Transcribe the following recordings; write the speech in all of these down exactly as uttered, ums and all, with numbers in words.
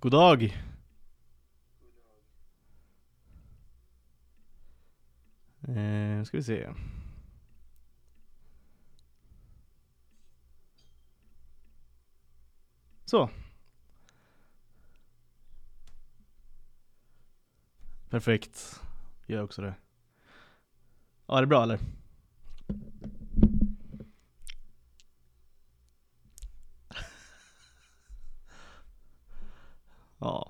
God dag. Eh, ska vi se. Så. Perfekt. Gör också det. Ja, är det bra eller? Ja.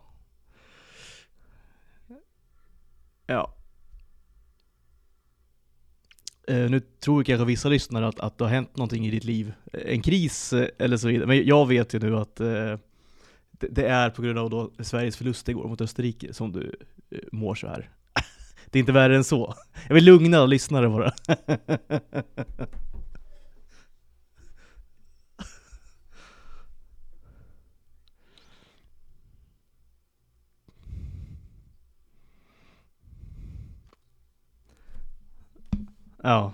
Ja. Eh, nu tror jag kanske vissa lyssnare att, att det har hänt någonting i ditt liv. En kris eh, eller så vidare. Men jag vet ju nu att eh, det, det är på grund av då Sveriges förlust igår mot Österrike som du eh, mår så här. Det är inte värre än så. Jag vill lugna lyssnare bara. Ja.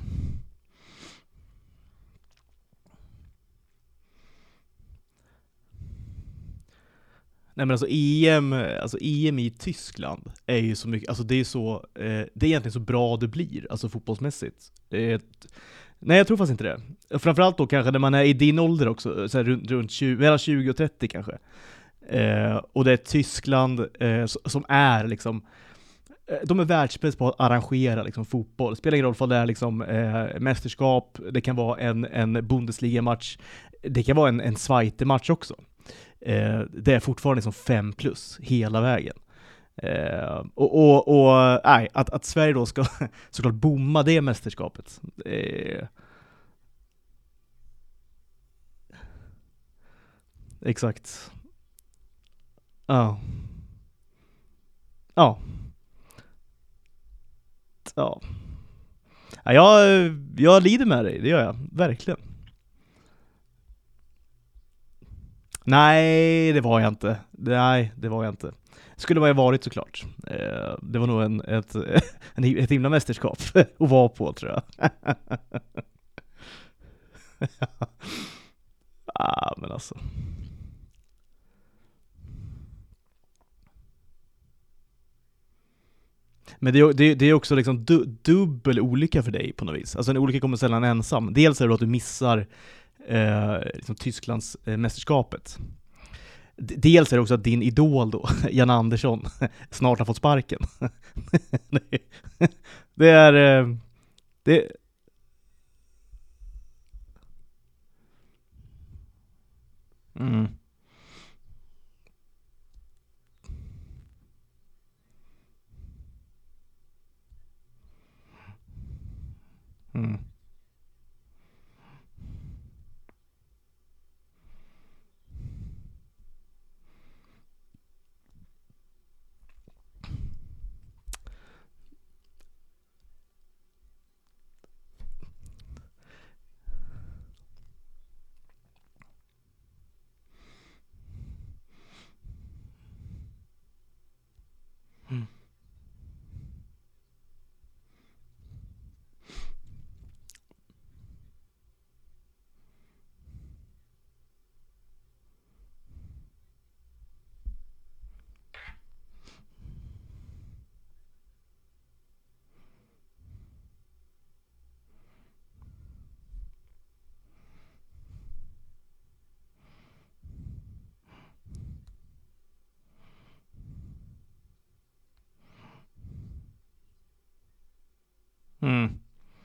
Nej men alltså E M, alltså E M i Tyskland är ju så mycket, alltså det är så, eh, det är egentligen så bra det blir, alltså fotbollsmässigt. Det är ett, nej jag tror faktiskt inte det. Framförallt då kanske när man är i din ålder också, så här runt, runt tjugo, mellan tjugo och trettio kanske. Eh, och det är Tyskland eh, som är liksom, eh, de är världsbäst på att arrangera liksom, fotboll. Det spelar ingen roll för det är liksom, eh, mästerskap, det kan vara en, en Bundesliga-match, det kan vara en, en Zweite-match också. Eh, det är fortfarande liksom fem plus hela vägen. Eh, och och, och nej, att, att Sverige då ska såklart bomma det mästerskapet. Eh, exakt. Ja. Ja. Ja. Ja, jag, jag lider med dig, det gör jag. Verkligen. Nej, det var jag inte. Nej, det var jag inte. Skulle man ju varit såklart. Eh, det var nog en, ett, en, ett himla mästerskap att vara på, tror jag. Ah, men alltså. Men det är, det, det är också liksom du, dubbel olycka för dig på något vis. Alltså en olycka kommer sällan ensam. Dels är det då att du missar eh, liksom Tysklands eh, mästerskapet. D- Dels är det också att din idol då, Jan Andersson, snart har fått sparken. Nej. Det är... Eh, det, mm, mm, mm, mm.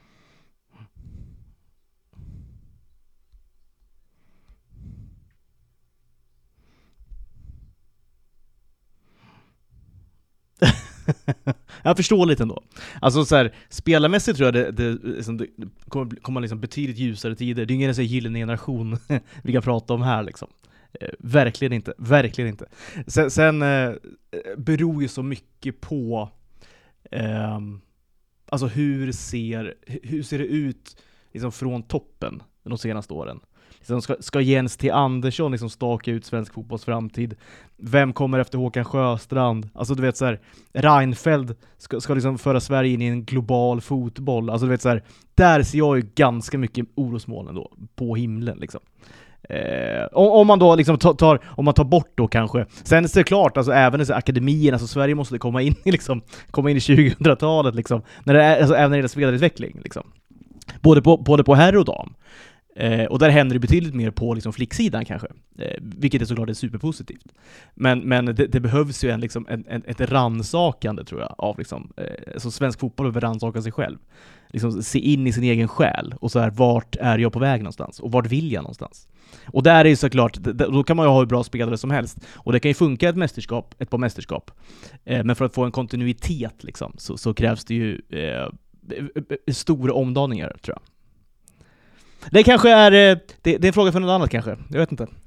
Jag förstår lite ändå. Alltså så här, spelarmässigt tror jag det, det, liksom, det kommer komma liksom betydligt ljusare tider. Det är ingen så här gyllene generation vi kan prata om här liksom. Eh, verkligen inte, verkligen inte. Sen, sen eh, beror ju så mycket på ehm, alltså hur ser hur ser det ut liksom från toppen de senaste åren. Liksom ska, ska Jens T. Andersson liksom staka ut svensk fotbolls framtid? Vem kommer efter Håkan Sjöstrand? Alltså du vet så här, Reinfeldt ska, ska liksom föra Sverige in i en global fotboll. Alltså du vet så här, där ser jag ju ganska mycket orosmoln då på himlen liksom. Eh, om, om man då liksom tar, tar om man tar bort då kanske. Sen är det klart, alltså även i akademierna, alltså Sverige måste komma in i liksom komma in i tjugohundratalet liksom. När det är, alltså även när det är spelarutveckling liksom. Både på både på herr och dam. Eh, och där händer det betydligt mer på liksom flicksidan kanske. Eh, vilket är såklart är superpositivt. Men, men det, det behövs ju en, liksom, en, en, ett rannsakande tror jag av liksom, eh, så svensk fotboll behöver rannsaka sig själv. Liksom se in i sin egen själ och så här, vart är jag på väg någonstans? Och vart vill jag någonstans? Och där är ju såklart, då kan man ju ha hur bra spelare som helst. Och det kan ju funka ett mästerskap, ett par mästerskap. Eh, men för att få en kontinuitet liksom, så, så krävs det ju eh, stora omdaningar tror jag. Det kanske är, det, det är en fråga för något annat kanske. Jag vet inte.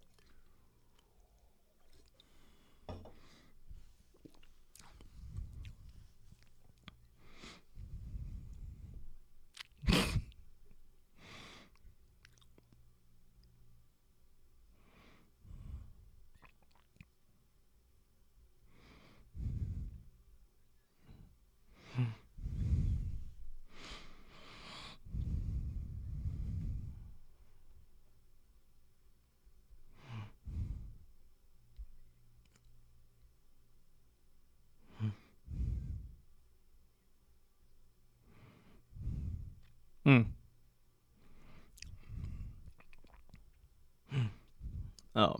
Mm. Ja.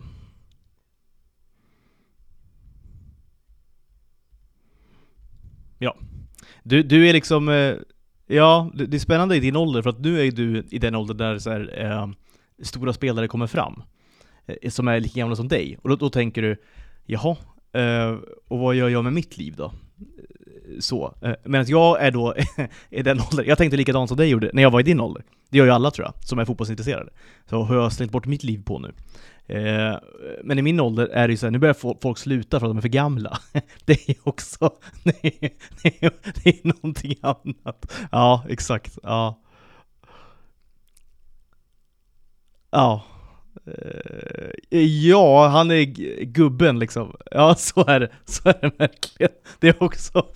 Ja. Du, du är liksom eh, ja, det det är spännande i din ålder för att nu är ju du i den ålder där så här, eh, stora spelare kommer fram eh, som är lika gamla som dig. Och då, då tänker du, jaha, eh, och vad gör jag med mitt liv då? Så. Eh, medan jag är då i den ålder, jag tänkte likadant som dig gjorde när jag var i din ålder. Det gör ju alla tror jag, som är fotbollsintresserade. Så har jag slängt bort mitt liv på nu. Eh, men i min ålder är det ju så här, nu börjar folk sluta för att de är för gamla. Det är också, det är, det är, det är någonting annat. Ja, exakt. Ja. Ja. Eh, ja, han är g- gubben liksom. Ja, så är det. Så är det verkligen. Det är också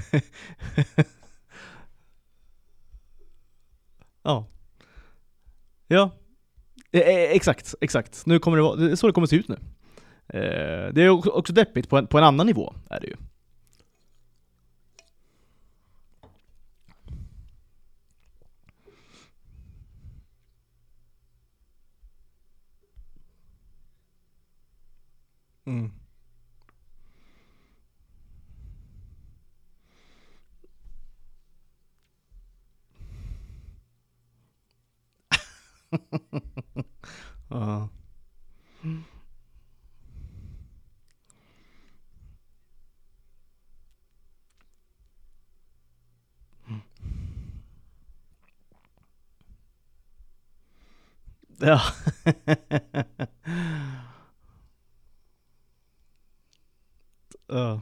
ja. Ja, eh, eh, exakt, exakt. Nu kommer det vara, det är så det kommer se ut nu. Eh, det är också också deppigt på en, på en annan nivå är det ju. Mm. Ja. Ja. Ja.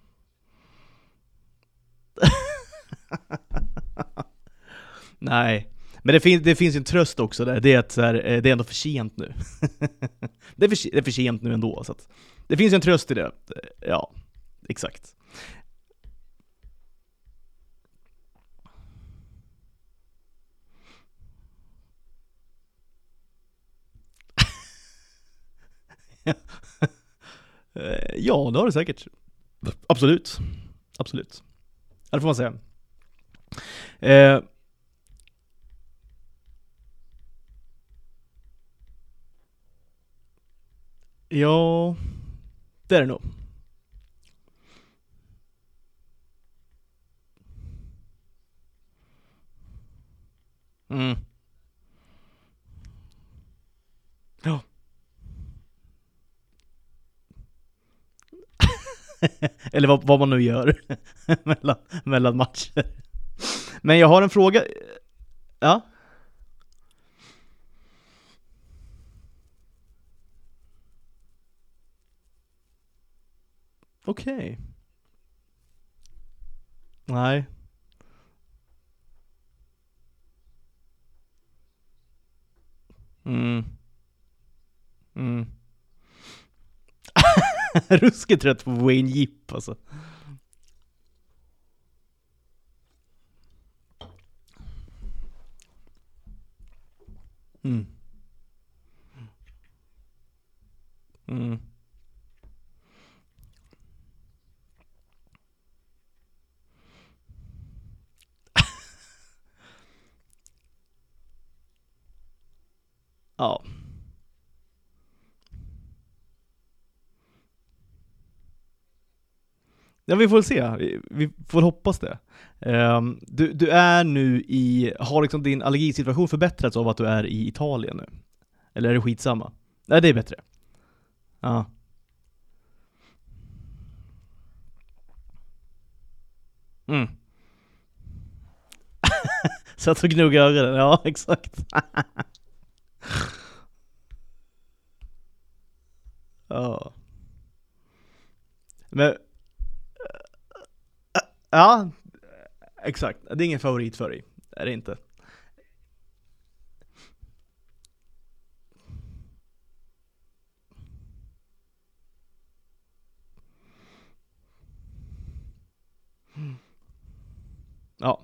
Nej. Men det, fin- det finns ju en tröst också där. Det är att så här, eh, det är ändå för sent nu. det, är för, det är för sent nu ändå. Så att, det finns ju en tröst i det. Ja, exakt. Eh, ja, det har du säkert. Absolut. Absolut. Ja, det får man säga. Eh, ja, det är det nog. Mm. Ja. Eller vad, vad man nu gör mellan, mellan matcher. Men jag har en fråga. Ja, okej. Okay. Nej. Mm. Mm. Ruskigt trött på Wayne Yip alltså. Mm. Mm. Ja. Ja, vi får se. Vi, vi får hoppas det. Um, du, du är nu i... Har liksom din allergisituation förbättrats av att du är i Italien nu? Eller är det skitsamma? Nej, det är bättre. Ja. Mm. Satt och gnugga ögonen. Ja, exakt. Ja. Men... Ja, exakt. Det är ingen favorit för dig. Är det inte? Ja.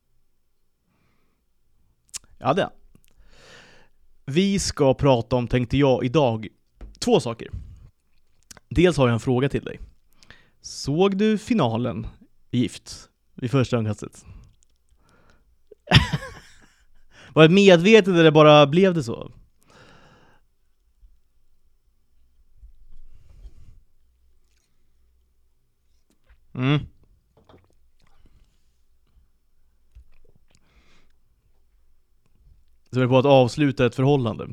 Ja, det. Vi ska prata om, tänkte jag, idag två saker. Dels har jag en fråga till dig. Såg du finalen i Gift vid första ögonkastet? Var det medvetet eller bara blev det så? Mm. Så är det på att avsluta ett förhållande.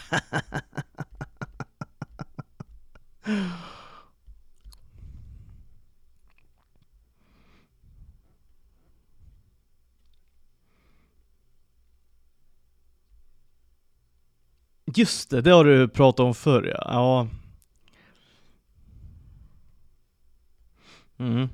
Just det, det har du pratat om förr, ja. Ja. Mm.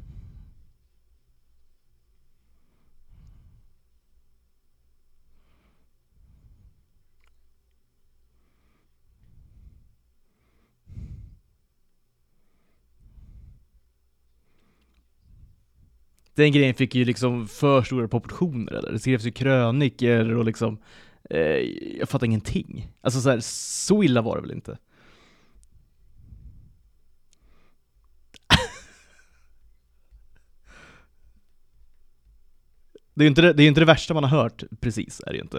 Den grejen fick ju liksom för stora proportioner, eller? Det skrevs ju kröniker och liksom eh, jag fattar ingenting. Alltså så här, så illa var det väl inte? Det är ju inte det, det är inte det värsta man har hört, precis, är det ju inte.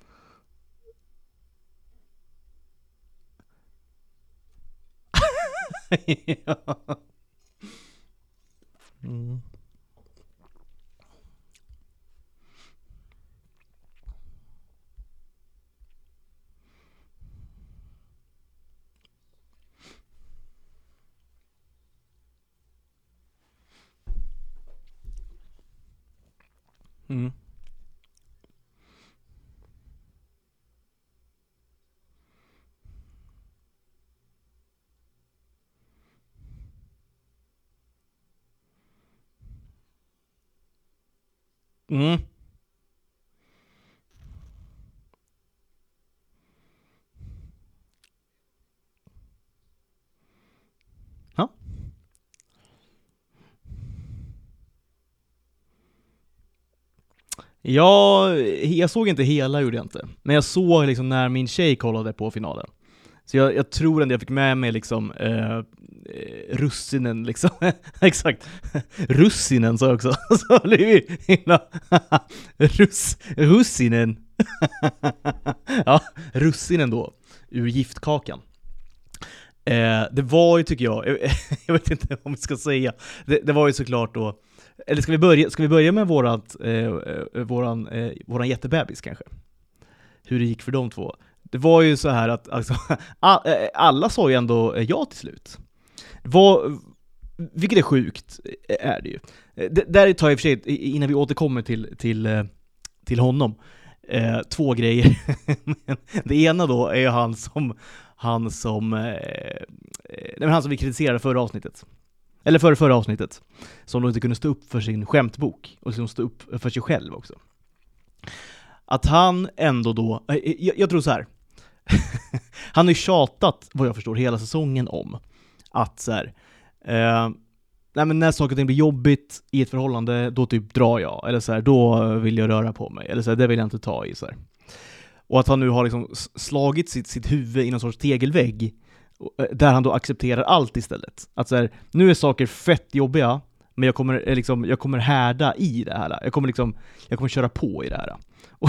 Ja. Mm. Mm. Mm. Ja. Ja, jag såg inte hela, gjorde jag inte. Men jag såg liksom när min tjej kollade på finalen. Så jag, jag tror att jag fick med mig liksom eh, russinen liksom. Exakt. Russinen sa jag också. Så det är ju himla Russ, russinen. Ja, russinen då ur giftkakan. Eh, det var ju, tycker jag, jag vet inte vad man ska säga. Det, det var ju såklart då. Eller ska vi börja ska vi börja med vårat eh, våran eh, våran jättebebis kanske. Hur det gick för de två. Det var ju så här att alltså, alla sa ju ändå ja till slut. Vad, vilket är sjukt, är det ju. Det, där tar jag i och för sig, innan vi återkommer till, till, till honom, eh, två grejer. Det ena då är han som han som eh, nej, men han som vi kritiserade förra avsnittet. Eller förra, förra avsnittet. Som då inte kunde stå upp för sin skämtbok. Och som stå upp för sig själv också. Att han ändå då... Jag, jag tror så här. Han har ju tjatat, vad jag förstår, hela säsongen om att så här, eh, nej men när saker och ting blir jobbigt i ett förhållande, då typ drar jag. Eller så här, då vill jag röra på mig. Eller så här, det vill jag inte ta i. Så här. Och att han nu har liksom slagit sitt, sitt huvud i någon sorts tegelvägg där han då accepterar allt istället. Att så här, nu är saker fett jobbiga, men jag kommer, liksom, jag kommer härda i det här. Jag kommer, liksom, jag kommer köra på i det här.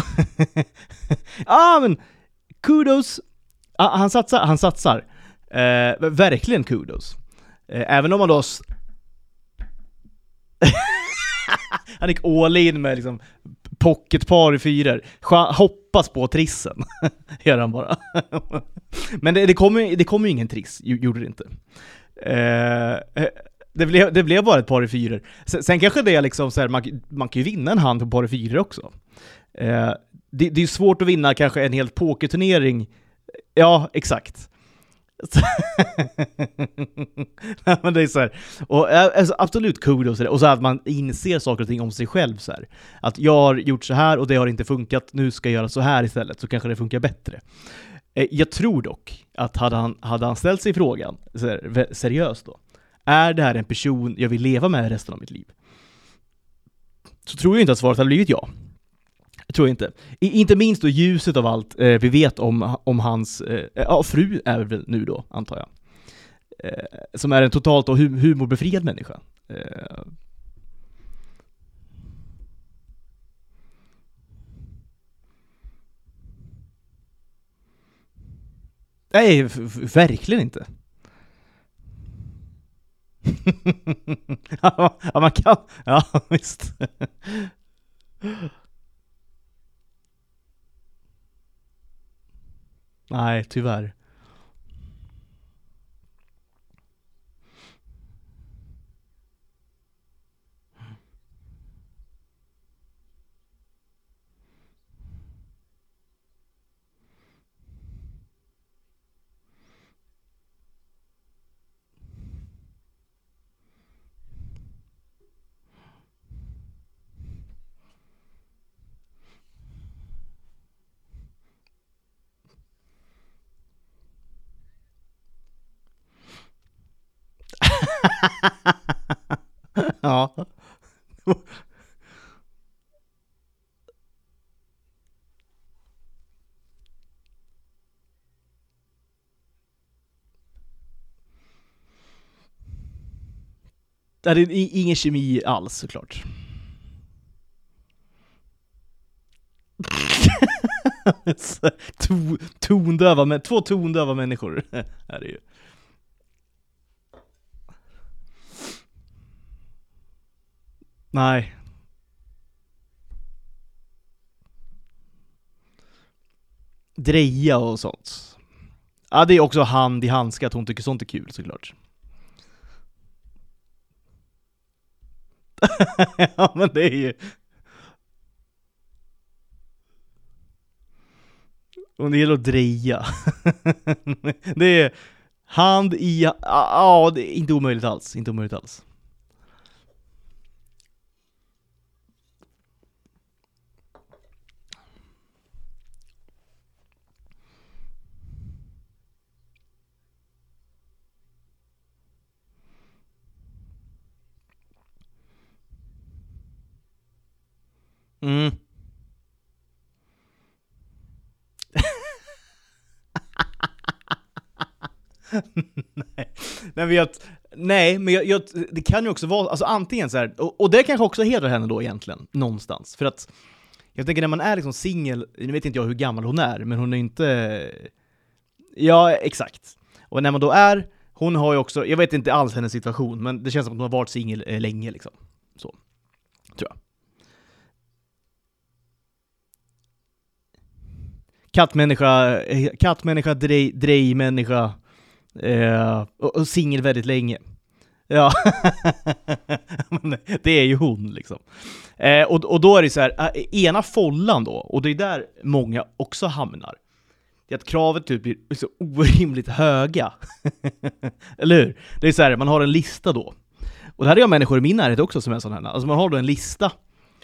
ah, men kudos! Ah, han satsar. Han satsar. Eh, verkligen kudos. Eh, även om man då... han gick all in med liksom pocketpar i fyror. Hoppas på trissen. Gör han bara. Men det, det kommer det kommer ju ingen triss. Gjorde det inte. Eh, det, blev, det blev bara ett par i fyror. Sen, sen kanske det är liksom så här, man, man kan ju vinna en hand på par i fyror också. Eh, det, det är svårt att vinna kanske en hel pokerturnering. Ja, exakt. Men det är så här. Och alltså, absolut kudos. Och så att man inser saker och ting om sig själv så här. Att jag har gjort så här och det har inte funkat, nu ska jag göra så här istället, så kanske det funkar bättre. Jag tror dock att hade han, hade han ställt sig frågan så här, seriöst då, är det här en person jag vill leva med resten av mitt liv, så tror jag inte att svaret hade blivit ja. Jag tror inte. I, inte minst då ljuset av allt eh, vi vet om, om hans eh, ja, fru är väl nu då, antar jag. Eh, som är en totalt och hu- humorbefriad människa. Eh. Nej, f- f- verkligen inte. ja, man kan. Ja, visst. Nej, tyvärr. ja. Det är ingen kemi alls, såklart. to- tondöva, men två tondöva människor är det ju. Nej. Dreja och sånt. Ja, det är också hand i handska att hon tycker sånt är kul, såklart. ja, men det är ju... Och det gäller att dreja. det är hand i... Ja, ja, det är inte omöjligt alls. Inte omöjligt alls. Mm. nej. Nej, men jag, nej, men jag, jag, det kan ju också vara, alltså antingen så här, och, och det kanske också hedrar henne då egentligen, någonstans. För att jag tänker när man är liksom singel, nu vet inte jag hur gammal hon är, men hon är inte, ja, exakt. Och när man då är, hon har ju också, jag vet inte alls hennes situation, men det känns som att hon har varit singel eh, länge liksom. Så, tror jag. Kattmänniska, kattmänniska, drej, drejmänniska eh, och, och singel väldigt länge. Ja, men det är ju hon liksom. Eh, och, och då är det så här, eh, ena follan då, och det är där många också hamnar. Det är att kravet typ blir så orimligt höga. Eller hur? Det är så här, man har en lista då. Och det här är jag människor i min närhet också som är sån här. Alltså man har då en lista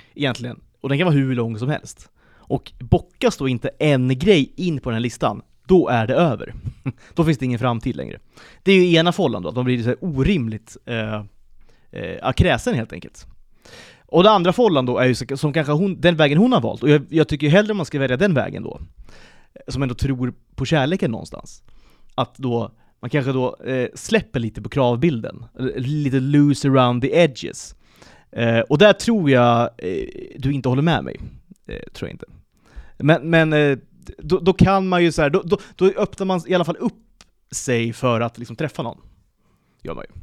egentligen, och den kan vara hur lång som helst. Och bockas då inte en grej in på den här listan, då är det över. Då finns det ingen framtid längre. Det är ju ena follan då, att de blir så här orimligt eh, eh, kräsen helt enkelt. Och det andra follan då är ju så, som kanske hon, den vägen hon har valt. Och jag, jag tycker ju hellre man ska välja den vägen då, som ändå tror på kärleken någonstans. Att då man kanske då eh, släpper lite på kravbilden. Lite loose around the edges. Eh, och där tror jag eh, du inte håller med mig. Eh, tror jag inte. Men, men eh, då, då kan man ju så här, då, då, då öppnar man i alla fall upp sig för att liksom träffa någon. Gör man ju.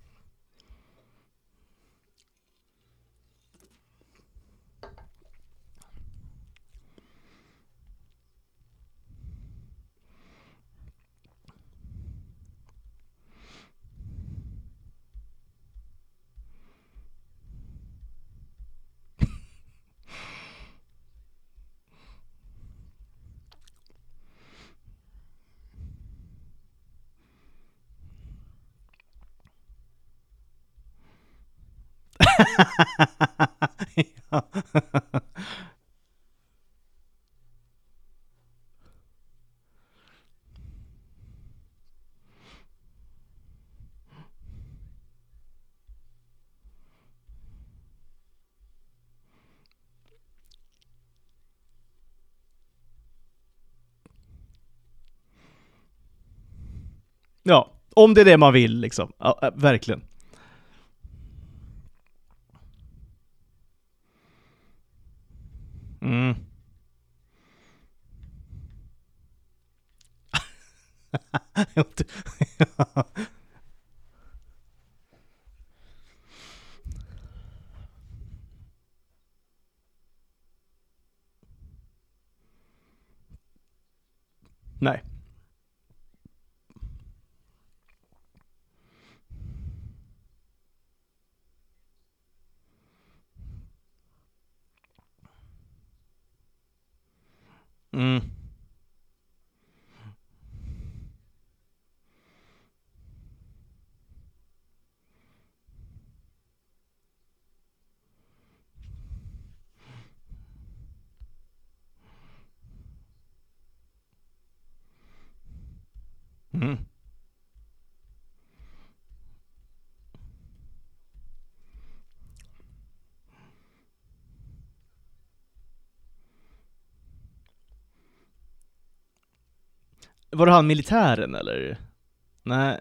Ja. Ja, om det är det man vill liksom. Ja, äh, verkligen. Mm. Nej. Mm. Mm. Var det han militären eller? Nej.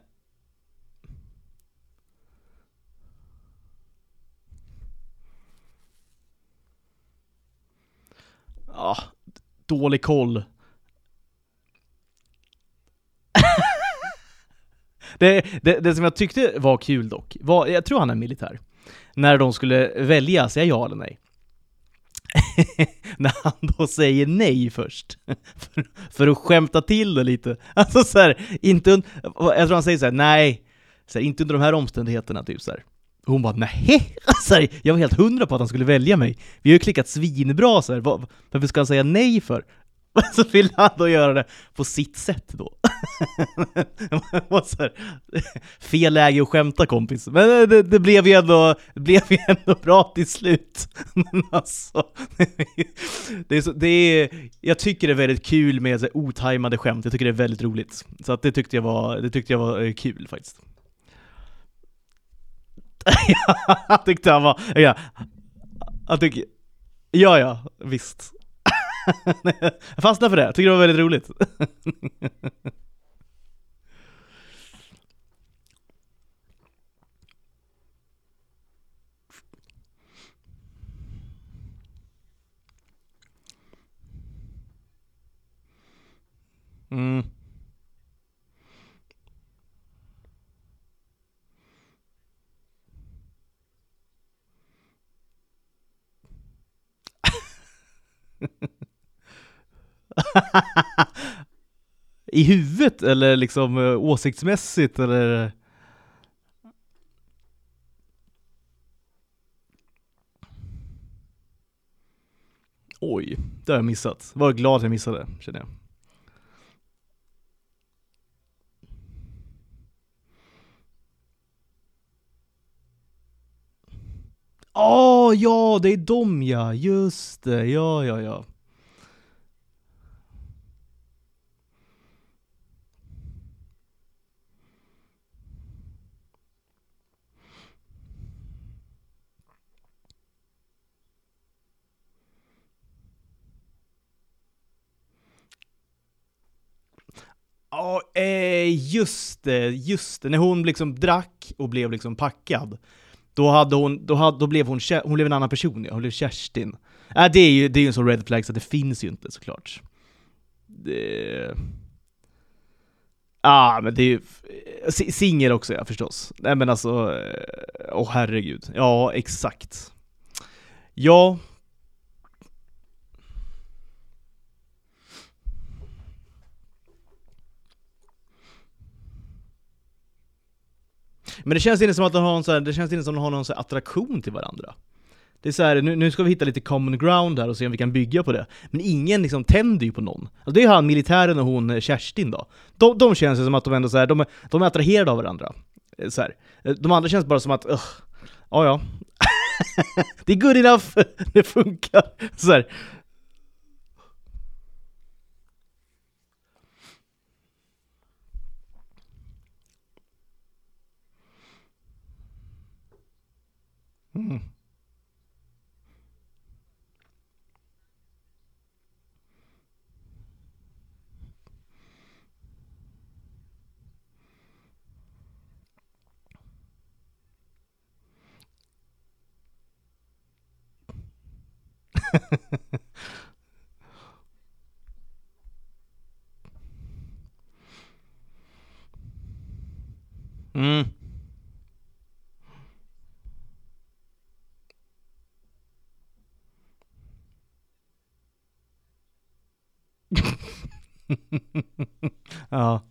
Ja, dålig koll. Det, det, det som jag tyckte var kul dock var, jag tror han är militär, när de skulle välja, säga ja eller nej. När han då säger nej först för, för att skämta till det lite. Alltså så här, inte un- jag tror han säger så här, nej, så här, inte under de här omständigheterna typ så här. Hon bara, nej, alltså, jag var helt hundra på att han skulle välja mig. Vi har ju klickat svinbra så här. Var, varför ska han säga nej för? Så vill han då göra det på sitt sätt då. Så här, fel läge att skämta, kompis. Men det, det blev ju ändå, det blev ju ändå bra till slut. Men alltså, det är så, det är, jag tycker det är väldigt kul med så här, otajmade skämt. Jag tycker det är väldigt roligt. Så att det tyckte jag var, det tyckte jag var eh, kul faktiskt. Jag tyckte han var, ja, jag tycker, ja ja, visst. Jag fastnade för det, jag tycker det var väldigt roligt. Mm. I huvudet eller liksom eh, åsiktsmässigt eller? Oj, det har jag missat. Var glad att jag missade, känner jag. Åh, oh, ja, det är dom, ja. Just det, ja, ja, ja. Ja, eh, just det, just det. När hon liksom drack och blev liksom packad. Då hade hon då hade då blev hon hon blev en annan person, ja. Hon blev Kerstin. Äh, det är ju det är ju en sån red flag så det finns ju inte såklart. Det Ah, men det är ju singel också, ja, förstås. Nej men alltså, åh oh, herregud. Ja, exakt. Ja. Men det känns inte som att de har en så här, det känns inte som att de har någon så här attraktion till varandra. Det är så här, nu, nu ska vi hitta lite common ground här och se om vi kan bygga på det. Men ingen liksom tänder ju på någon. Alltså det är han, militären och hon Kerstin då. De, de känns ju som att de ändå så här, de, de är attraherade av varandra. Så här. De andra känns bara som att, uh, ja ja. Det är good enough, det funkar. Så här. Mm. Mm. Ja.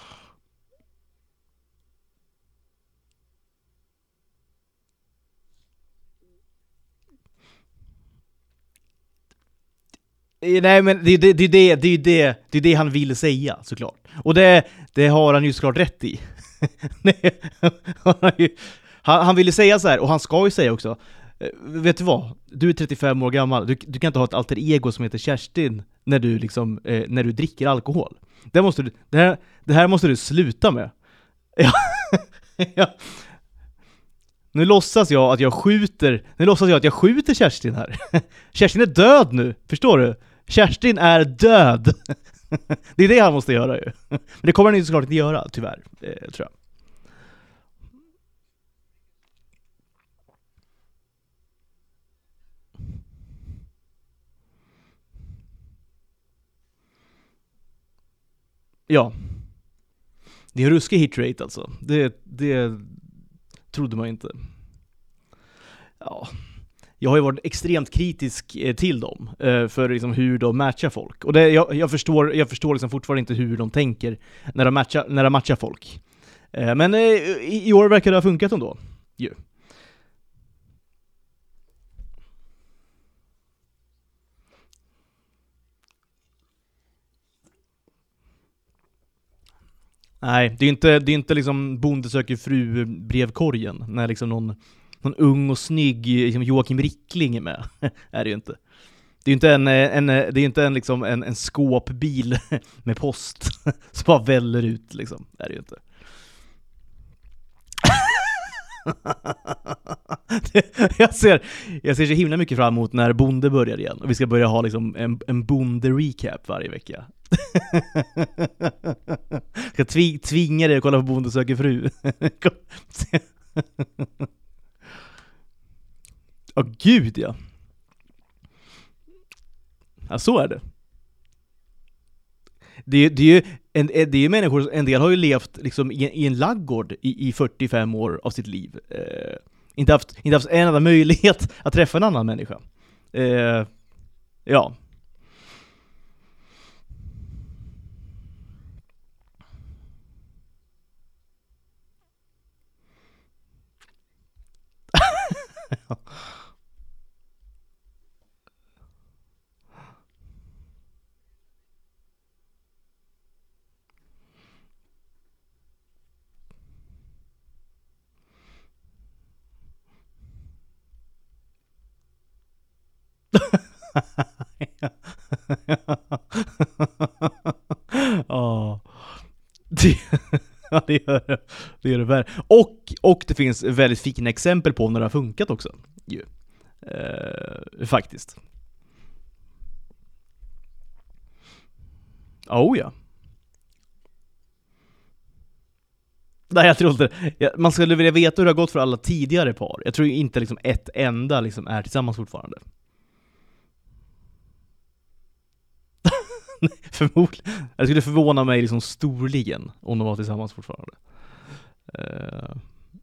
Nej men det, det, det, det, det, det, det är det han vill säga såklart. Och det, det har han ju såklart rätt i. Nej, han, har ju, han, han vill ju säga så här, och han ska ju säga också, vet du vad? Du är trettiofem år gammal, du, du kan inte ha ett alter ego som heter Kerstin när du, liksom, eh, när du dricker alkohol. Det, måste du, det, här, det här måste du sluta med. Ja. Ja. Nu låtsas jag att jag skjuter Nu låtsas jag att jag skjuter Kerstin här. Kerstin är död nu, förstår du? Kerstin är död. Det är det han måste göra ju. Men det kommer han ju såklart inte göra, tyvärr, eh, tror jag. Ja. Det är en ruskig hitrate alltså. Det, det trodde man inte. Ja. Jag har ju varit extremt kritisk till dem eh, för liksom hur de matchar folk. Och det, jag, jag förstår, jag förstår liksom fortfarande inte hur de tänker när de matchar, när de matchar folk. Eh, men eh, i, i år verkar det ha funkat ändå. Yeah. Nej, det är inte, det är inte liksom Bonde söker fru brevkorgen när liksom någon, någon ung och snygg liksom Joakim Rickling är med. Är det ju inte. Det är ju inte en, en, det är inte en, liksom en, en skåpbil med post som bara väller ut liksom. Är det ju inte. jag, ser, jag ser så himla mycket fram emot när Bonde börjar igen. Och vi ska börja ha liksom en, en Bonde-recap varje vecka. Jag ska tvi, tvinga dig att kolla på Bonde söker fru. Åh oh, gud ja. Ja, så är det. Det, det är ju en, det är ju människor, en del har ju levt liksom i, i en laggård i, i fyrtiofem år av sitt liv. Eh, inte, haft, inte haft en enda möjlighet att träffa en annan människa. Eh, ja. Ja. Det, ja, det gör det. Det gör det värre. Och, och det finns väldigt fina exempel på när det har funkat också. Ju. Eh, faktiskt. Oh ja. Nej, jag tror inte. Ja, man skulle vilja veta hur det har gått för alla tidigare par. Jag tror inte liksom ett enda liksom är tillsammans fortfarande. Förmodligen. Jag skulle förvåna mig liksom storligen om de var tillsammans fortfarande. Uh...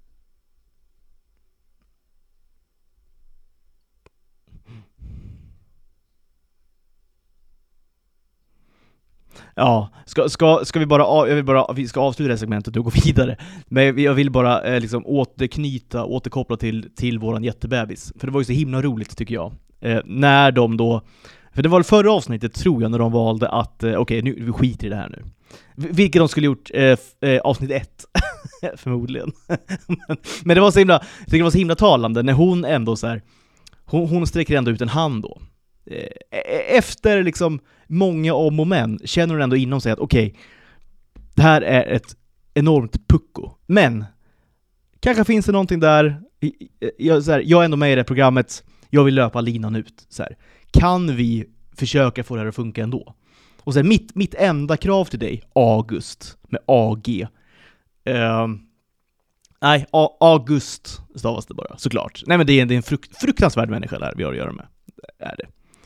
Ja, ska, ska, ska vi bara, jag vill bara, vi ska avsluta det här segmentet och gå vidare. Men jag vill bara eh, liksom återknyta, återkoppla till, till våran jättebebis. För det var ju så himla roligt tycker jag. Eh, när de då, för det var förra avsnittet tror jag när de valde att, eh, okej okay, nu vi skiter i det här nu. Vilket de skulle gjort eh, eh, avsnitt ett. Förmodligen. men, men det var så himla, jag tycker det var så himla talande när hon ändå så här, hon, hon sträcker ändå ut en hand då. Efter liksom många om och men känner hon ändå inom sig att okej, okay, det här är ett enormt pucko. Men kanske finns det någonting där. Jag, så här, jag är ändå med i det programmet. Jag vill löpa linan ut. Så här, kan vi försöka få det här att funka ändå? Och så här, mitt, mitt enda krav till dig, August, med A G. Uh, nej, A- August stavas det bara, såklart. Nej, men det är, det är en frukt, fruktansvärd människa där vi har att göra med. Det är det.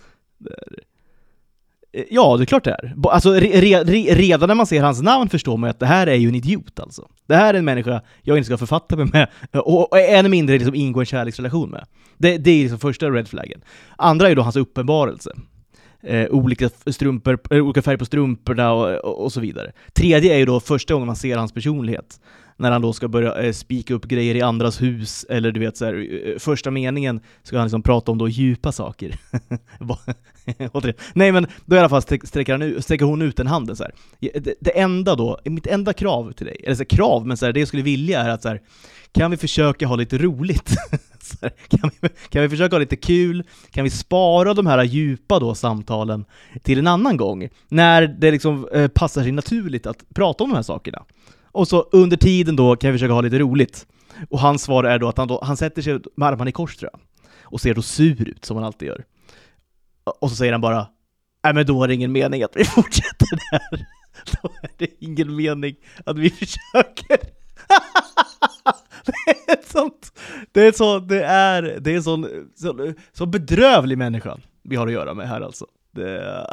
Ja, det är klart det är. Alltså, re, re, redan när man ser hans namn förstår man att det här är ju en idiot alltså. Det här är en människa jag inte ska författa mig med och, och ännu mindre liksom ingå en kärleksrelation med. Det, det är liksom första red flaggen. Andra är ju då hans uppenbarelse. Eh, olika, strumpor, olika färger på strumporna och, och, och så vidare. Tredje är ju då första gången man ser hans personlighet. När han då ska börja eh, spika upp grejer i andras hus, eller du vet så här, eh, första meningen ska han liksom prata om då djupa saker. Nej, men då i alla fall sträcker, han ut, sträcker hon ut en handen så här. Det, det enda då, mitt enda krav till dig, eller så här, krav, men så här, det jag skulle vilja är att så här, kan vi försöka ha lite roligt? Så här, kan, vi, kan vi försöka ha lite kul? Kan vi spara de här djupa då samtalen till en annan gång? När det liksom eh, passar sig naturligt att prata om de här sakerna. Och så under tiden då kan vi försöka ha lite roligt. Och hans svar är då att han, då, han sätter sig med armarna i kors tror jag. Och ser då sur ut som han alltid gör. Och så säger han bara, nej men då är det ingen mening att vi fortsätter där. Då är det ingen mening att vi försöker. Det är ett sånt, det är så, det är, det är en sån, så, så bedrövlig människa vi har att göra med här alltså. Det...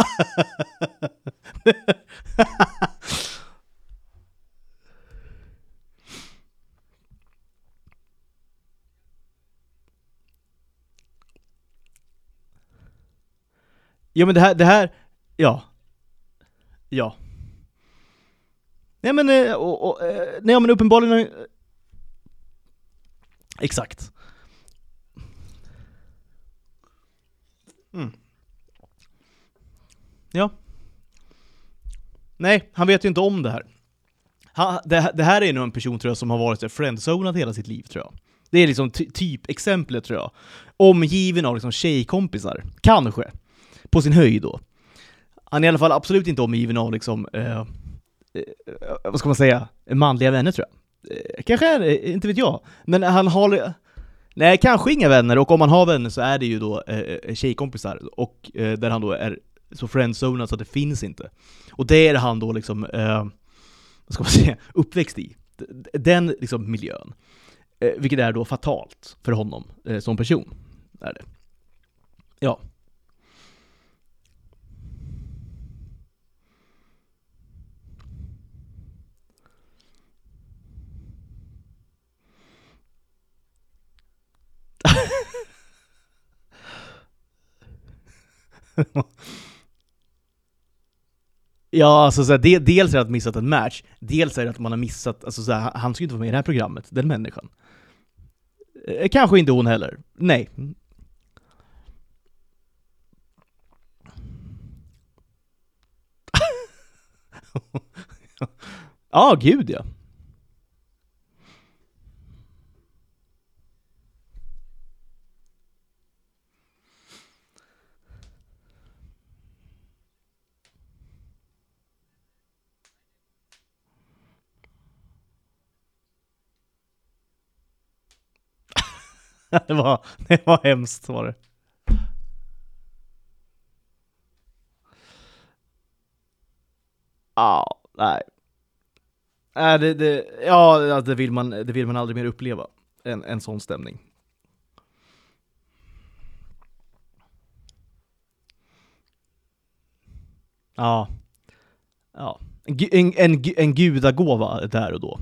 Ja, men det här, det här, ja, ja. Nej, men, eh, och, och, eh, nej, men uppenbarligen, exakt. Mm. Ja. Nej, han vet ju inte om det här. Han, det, det här är nog en person tror jag som har varit friendzonad hela sitt liv tror jag. Det är liksom ty, typ exemplet tror jag. Omgiven av liksom tjejkompisar, kanske. På sin höjd då. Han är i alla fall absolut inte omgiven av liksom, eh, eh, vad ska man säga, manliga vänner tror jag. Eh, kanske är det, inte vet jag. Men han har, nej kanske inga vänner, och om han har vänner så är det ju då eh, tjejkompisar. Och eh, där han då är så friendzonad så att det finns inte. Och det är han då liksom, eh, vad ska man säga, uppväxt i. Den liksom miljön. Eh, vilket är då fatalt för honom eh, som person. Är det. Ja. Ja, alltså så här, det, dels är det att missat en match, dels är det att man har missat, alltså så här, han ska ju inte vara med i det här programmet, den människan. Eh, kanske inte hon heller. Nej. Ja, gud ja. det var det var hemskt var det. Ja, nej. Äh, det, det, ja, det vill, man, det vill man aldrig mer uppleva. En, en sån stämning. Ja, ja. En, gu- en, en, gu- en gudagåva där och då.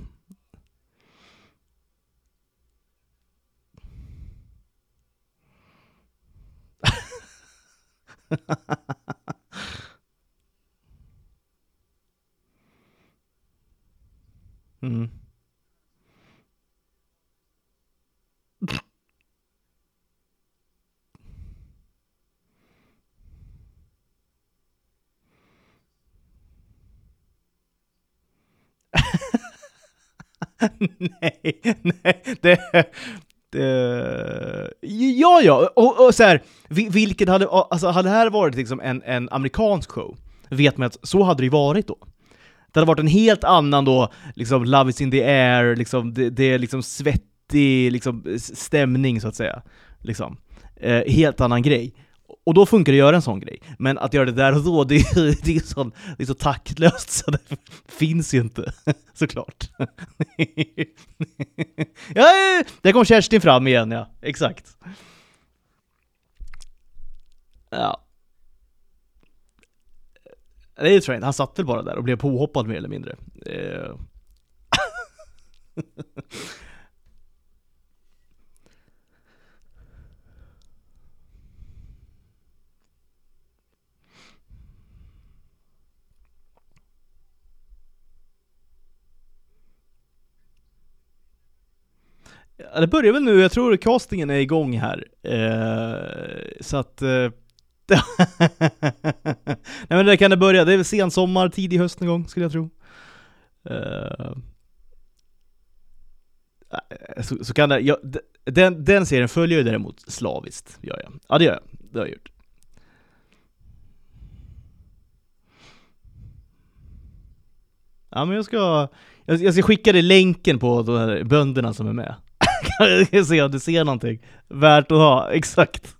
Mm. nej, nej, det, det... Ja, ja, och, och så här, vi- vilket hade, alltså hade det här varit liksom en, en amerikansk show, vet man att så hade det ju varit då. Det hade varit en helt annan då, liksom Love is in the air, liksom, det, det är liksom svettig liksom, stämning så att säga. Liksom. Eh, helt annan grej. Och då funkar det att göra en sån grej. Men att göra det där och då, det, är- det, är, så, det är så taktlöst så det finns ju inte, såklart. Ja, där kom Kerstin fram igen, ja. Exakt. Ja. Det är Train. Han satt väl bara där och blev påhoppad mer eller mindre. Eh. Ja, det börjar väl nu, jag tror castingen är igång här. Eh, så att... Eh, nej men det kan det börja, det är väl sen sommar, tidig höst någon gång skulle jag tro. Eh, så, så kan det, ja, den, den serien följer ju däremot slaviskt, gör jag. Ja det gör jag, det har jag gjort. Ja men jag ska, jag, jag ska skicka dig länken på de här bönderna som är med. Jag ska se om du ser någonting värt att ha, exakt.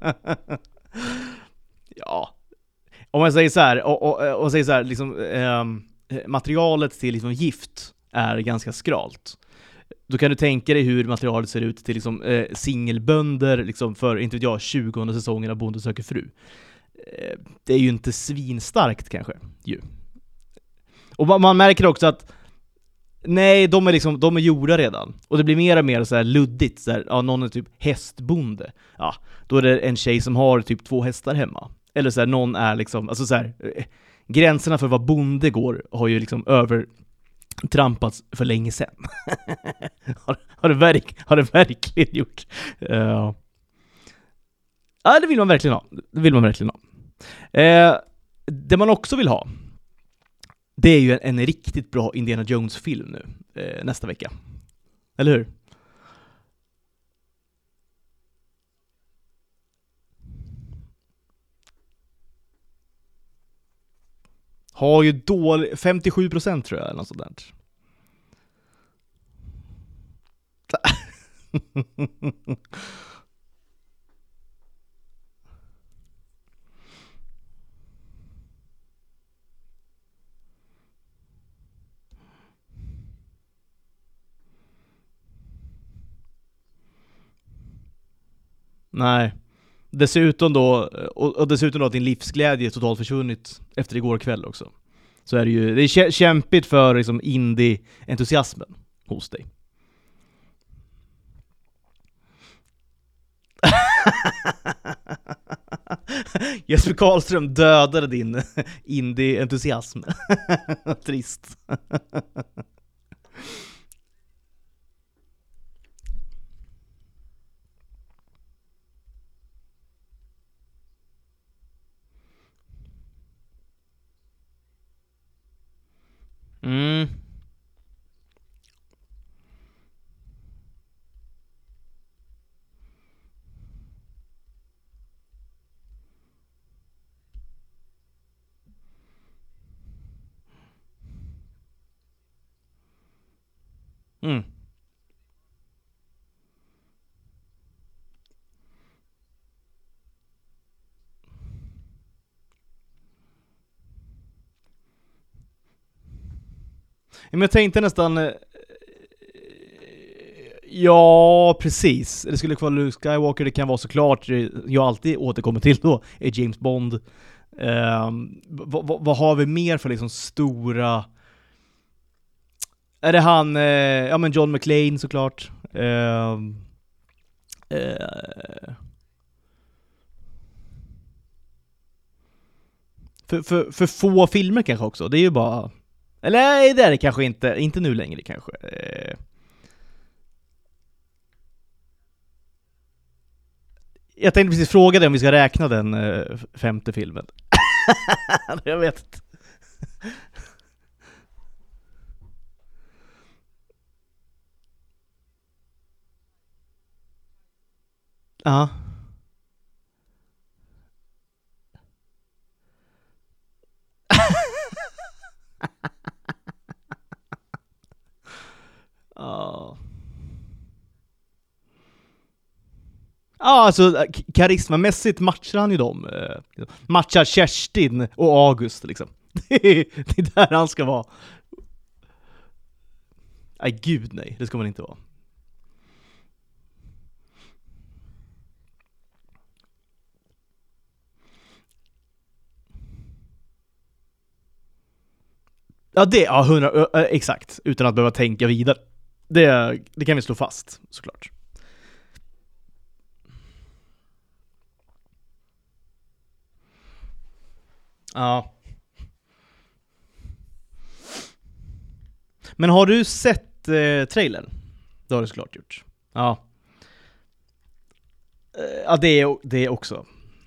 Ja, om man säger så här, och, och, och säger så här, liksom, ehm, materialet till liksom gift är ganska skralt. Då kan du tänka dig hur materialet ser ut till liksom, eh, singelbönder liksom, för, inte vet jag, tjugonde säsongen av Bonde söker fru. Eh, det är ju inte svinstarkt kanske. Ju. Och man, man märker också att nej, de är liksom, de är gjorda redan. Och det blir mer och mer så här luddigt. Så här, ja, någon är typ hästbonde. Ja, då är det en tjej som har typ två hästar hemma. Eller så här, någon är liksom, alltså så här, eh, gränserna för vad bonde går har ju liksom övertrampats för länge sedan. har, har, det verk, har det verkligen gjort. Uh, ja, det vill man verkligen ha. Det vill man verkligen ha. Uh, det man också vill ha, det är ju en, en riktigt bra Indiana Jones-film nu, eh, nästa vecka. Eller hur? Har ju dålig, femtiosju procent tror jag, eller något sånt där. Nej. Dessutom då, och, och dessutom då att din livsglädje totalt försvunnit efter igår kväll också. Så är det ju, det är kä- kämpigt för liksom indie-entusiasmen hos dig. Jesper Karlström dödade din indie-entusiasm. Trist. Mm. Mm. Men jag tänkte nästan... eh, Ja, precis. Det skulle vara Luke Skywalker, det kan vara såklart, jag alltid återkommer till då, är James Bond. Um, vad, vad, vad har vi mer för liksom stora... Är det han, eh, ja men John McClane såklart. Um, eh, för, för, för få filmer kanske också, det är ju bara... Eller nej, det är det kanske inte, inte nu längre kanske. Eh, jag tänkte precis fråga dig om vi ska räkna den eh, femte filmen. Jag vet inte. Ja. Ja. Ja, alltså k- karismamässigt matchar han ju dem. Eh, matchar Kerstin och August liksom. Det är, det är där han ska vara. Nej, gud nej. Det ska man inte vara. Ja, det, ja, hundra, ö, ö, exakt. Utan att behöva tänka vidare. Det, det kan vi slå fast, såklart. Ja. Men har du sett eh, trailern? Det har du såklart gjort. Ja. Eh, Ja, det är det är också.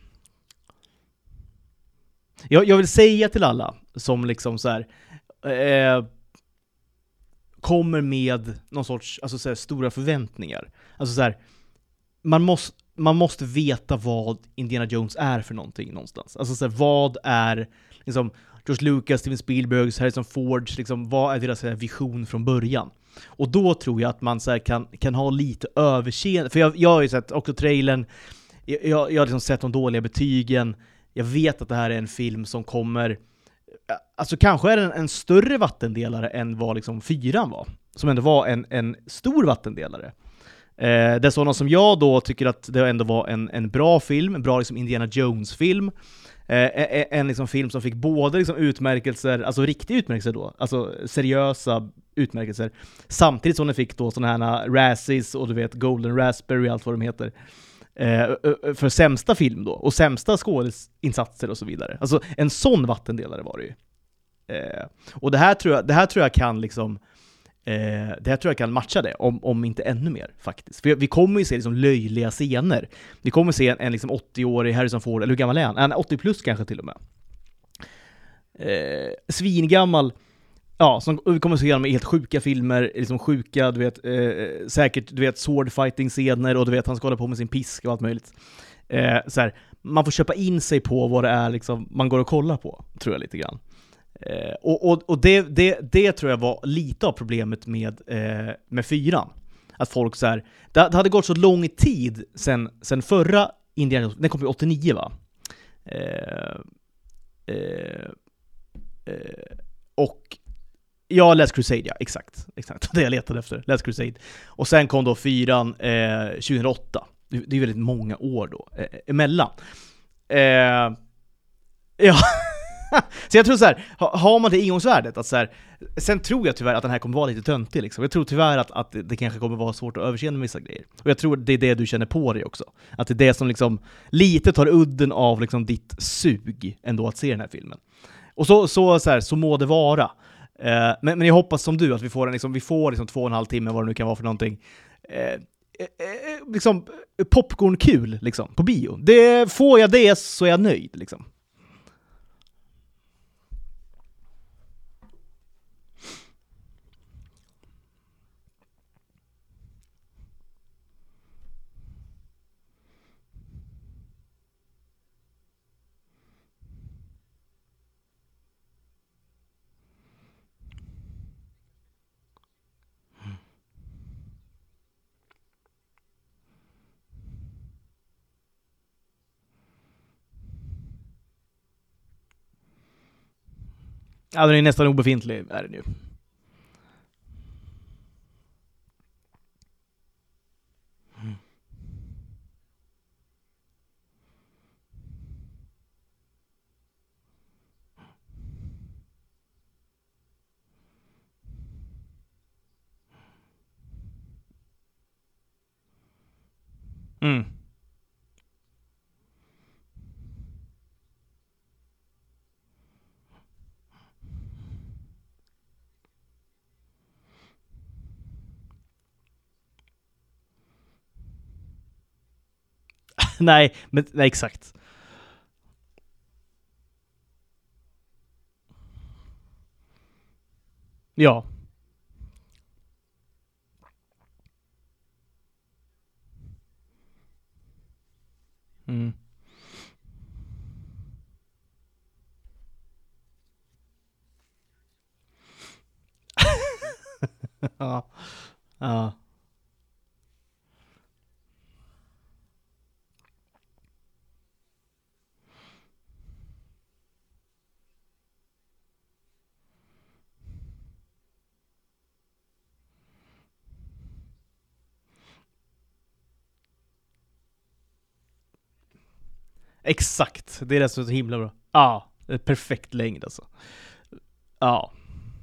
Jag, jag vill säga till alla som liksom så här eh, kommer med någon sorts alltså så här, stora förväntningar. Alltså så här, man måste man måste veta vad Indiana Jones är för någonting någonstans. Alltså så här, vad är liksom George Lucas, Steven Spielberg, Harrison Ford, liksom vad är deras så här, vision från början? Och då tror jag att man så här, kan kan ha lite överseende, för jag jag har ju sett också trailern. Jag jag, jag har liksom sett de dåliga betygen. Jag vet att det här är en film som kommer... Alltså kanske är den en större vattendelare än vad liksom fyran var. Som ändå var en, en stor vattendelare. Eh, det är sådana som jag då tycker att det ändå var en, en bra film. En bra liksom Indiana Jones-film. Eh, en liksom film som fick både liksom utmärkelser, alltså riktiga utmärkelser då. Alltså seriösa utmärkelser. Samtidigt som den fick då sådana här Razzies och du vet Golden Raspberry och allt vad de heter. Eh, för sämsta film då, och sämsta skådesinsatser och så vidare. Alltså en sån vattendelare var det ju. Eh, och det här tror jag, det här tror jag kan liksom eh, det här tror jag kan matcha det, om, om inte ännu mer faktiskt. För vi kommer ju se liksom löjliga scener. Vi kommer se en, en liksom åttio-årig Harrison Ford, eller hur gammal är han? En åttio plus kanske till och med. Eh, svingammal. Ja, som vi kommer att se med helt sjuka filmer, liksom sjuka, du vet, eh, säkert, du vet, swordfighting-scener och du vet, han ska hålla på med sin pisk och allt möjligt. Eh, så här, man får köpa in sig på vad det är liksom, man går och kollar på, tror jag lite grann. Eh, och och, och det, det, det tror jag var lite av problemet med, eh, med fyran. Att folk så här, det, det hade gått så lång tid sen, sen förra Indiana Jones, den kom ju åttionio va? Eh, eh, eh, och ja, Last Crusade, ja, exakt. Exakt, det jag letade efter. Last Crusade. Och sen kom då fyran eh, tjugohundraåtta. Det, det är väldigt många år då eh, emellan. Eh, ja. Så jag tror så här, ha- har man det ingångsvärdet att så här, sen tror jag tyvärr att den här kommer vara lite töntig liksom. Jag tror tyvärr att, att det kanske kommer vara svårt att överse med vissa grejer. Och jag tror det är det du känner på dig också. Att det är det som liksom lite tar udden av liksom ditt sug ändå att se den här filmen. Och så, så, så, här, så må det vara. Eh, men, men jag hoppas som du att vi får en liksom, vi får liksom två och en halv timme, vad det nu kan vara för någonting. Eh, eh, eh, liksom popcornkul liksom, på bio. Det, får jag det så är jag nöjd liksom. Ja, den är nästan obefintlig är den ju. Mm. nej, men nej, exakt. Ja. Mm. ja. Ja. Exakt, det är det som är så himla bra. Ja, perfekt längd alltså. Ja.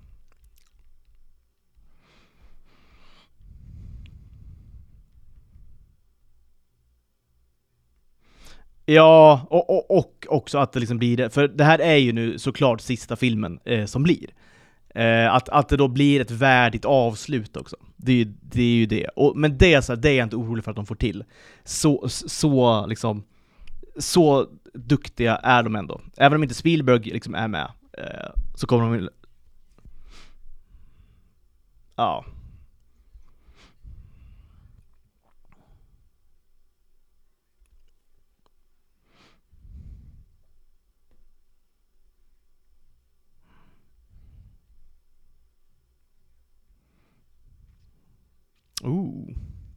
Ja, och, och, och också att det liksom blir det. För det här är ju nu såklart sista filmen eh, som blir. Eh, att, att det då blir ett värdigt avslut också. Det är ju det. Är ju det. Och, men det är, så här, det är jag inte orolig för att de får till. Så, så liksom så duktiga är de ändå. Även om inte Spielberg liksom är med eh, så kommer de... Ja. Ooh.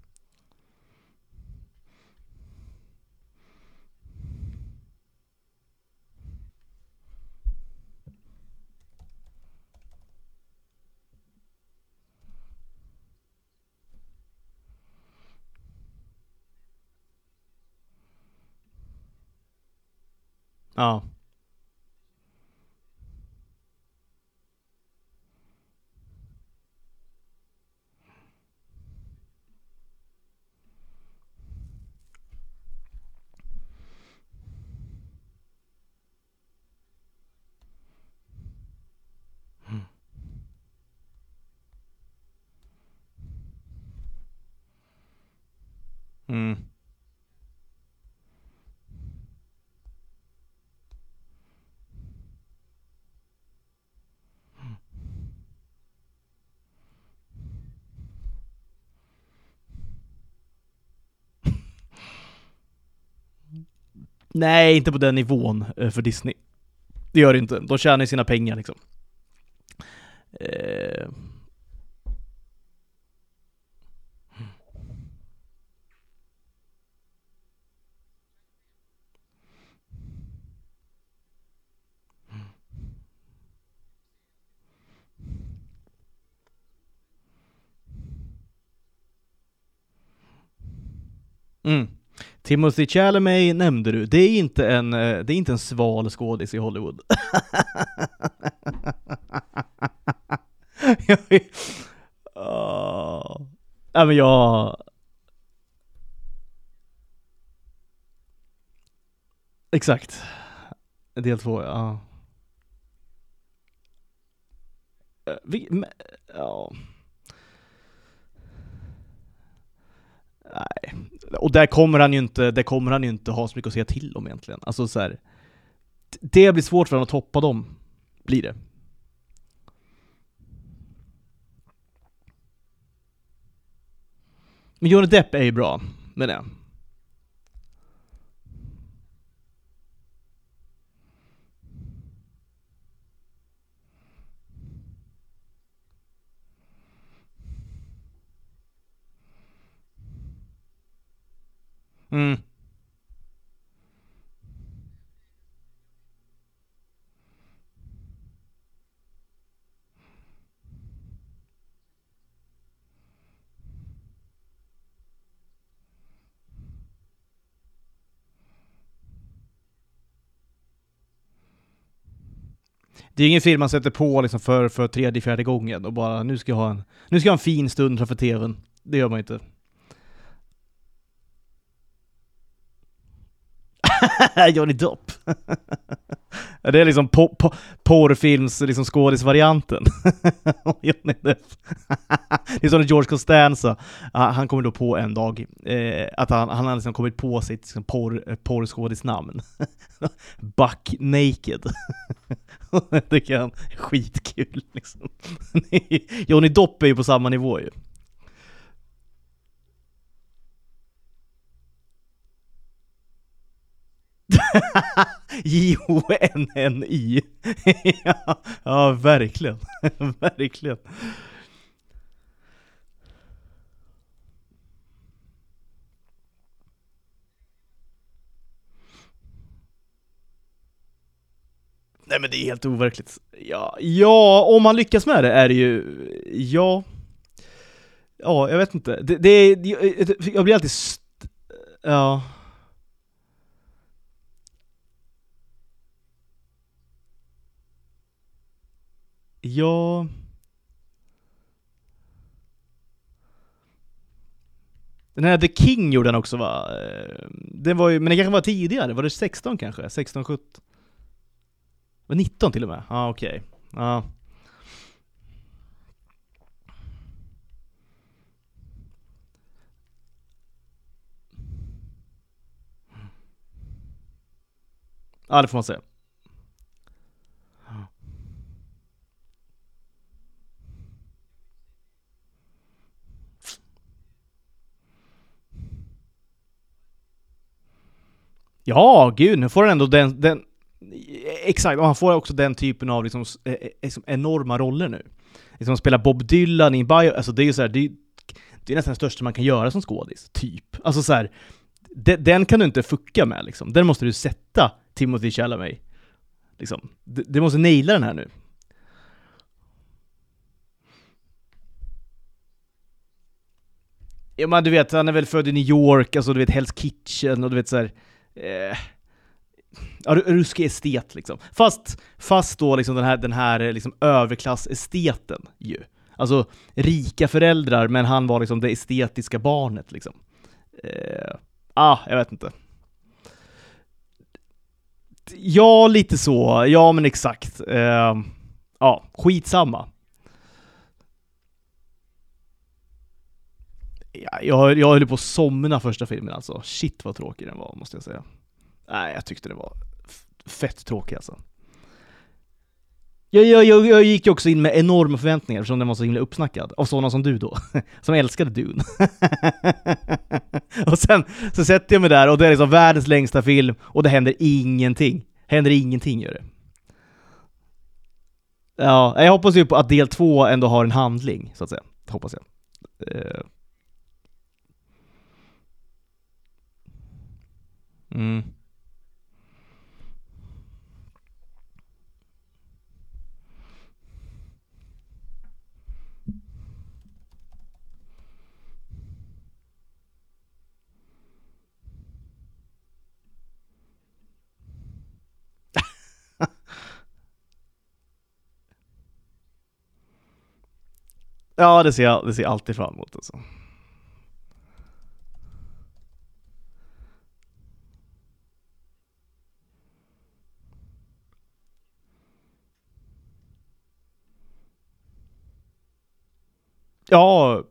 Ja. Mm. Nej, inte på den nivån eh, för Disney. Det gör det inte. De tjänar ju sina pengar liksom. Eh. Mm. Timothy Chalamet nämnde du. Det är inte en, eh, det är inte en sval skådis i Hollywood. uh, ja, men jag... Exakt. Del två, ja. Uh, vi, men, ja. Nej. Och där kommer han ju inte, där kommer han ju inte ha så mycket att säga till om egentligen. Alltså så här, det blir svårt för honom att toppa dem. Blir det. Men Johnny Depp är ju bra med det. Mm. Det är ingen film man sätter på liksom för, för tredje, fjärde gången och bara nu ska jag ha en, nu ska jag ha en fin stund framför tvn. Det gör man inte. Johnny Depp. Det är liksom po- po- porrfilms liksom skådisvarianten. Johnny Depp. Det är som George Costanza. Han kommer då på en dag eh, att han, han har liksom kommit på sitt liksom, porr, porrskådisnamn. Buck Naked. Det tycker han är skitkul liksom. Johnny Depp är ju på samma nivå ju. J O N N Y. Ja, ja, verkligen. Verkligen. Nej men det är helt overkligt. Ja, ja, om man lyckas med det är det ju ja. Ja, jag vet inte. Det, det, det jag blir alltid st- ja. Ja. Den här The King gjorde den också va? Det var ju, men det kanske var tidigare. Var det sexton kanske? sexton sjutton. Var nitton till och med. Ja, ah, okej. Okay. Ja. Ja, det får man säga. Ja, gud, nu får han ändå den, den exakt, och han får också den typen av liksom, eh, liksom enorma roller nu. Liksom spela Bob Dylan i Bio, alltså det är ju så här, det är, det är nästan det största man kan göra som skådis, typ. Alltså så här, de, den kan du inte fucka med liksom. Den måste du sätta Timothy Chalamet. Liksom. Du, du måste naila den här nu. Ja, men du vet, han är väl född i New York, alltså du vet Hell's Kitchen och du vet så här, eh, ja, ruskig estet liksom. Fast, fast då liksom den här, den här liksom överklassesteten ju. Alltså rika föräldrar, men han var liksom det estetiska barnet liksom. Eh, ah, jag vet inte. Ja, lite så. Ja, men exakt. Eh, ja, skitsamma. Ja, jag, jag höll på att somna första filmen alltså. Shit vad tråkig den var, måste jag säga. Nej, jag tyckte det var f- fett tråkig alltså. Jag, jag, jag, jag gick ju också in med enorma förväntningar eftersom den var så himla uppsnackad. Av sådana som du då, som älskade Dune. Och sen så sätter jag mig där och det är liksom världens längsta film och det händer ingenting. Händer ingenting gör det. Ja, jag hoppas ju på att del två ändå har en handling, så att säga. Hoppas jag. Uh, mm. Ja, det ser jag, det ser jag alltid fram emot alltså. Ja,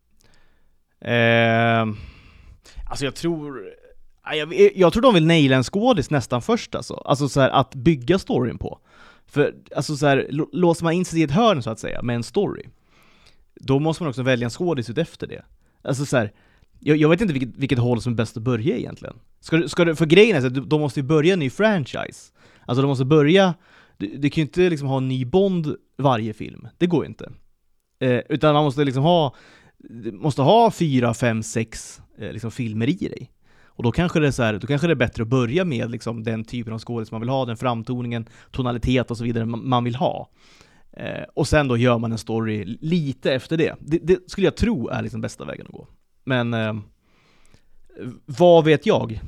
eh, alltså jag tror jag, jag tror de vill naila en skådis nästan först alltså. Alltså så här, att bygga storyn på. För alltså så här, låser man in sig i ett hörn så att säga med en story, då måste man också välja en skådis ut efter det. Alltså så här, jag, jag vet inte vilket, vilket håll som är bäst att börja egentligen. Ska du, ska du, för grejen är så att de måste ju börja en ny franchise. Alltså de måste börja, du, du kan ju inte liksom ha en ny Bond varje film. Det går ju inte. Eh, utan man måste liksom ha måste ha fyra, fem, sex eh, liksom filmer i dig. Och då kanske det är så här, då kanske det är bättre att börja med liksom den typen av skådespel man vill ha, den framtoningen, tonalitet och så vidare man, man vill ha. Eh, och sen då gör man en story lite efter det. Det, det skulle jag tro är liksom bästa vägen att gå. Men eh, vad vet jag?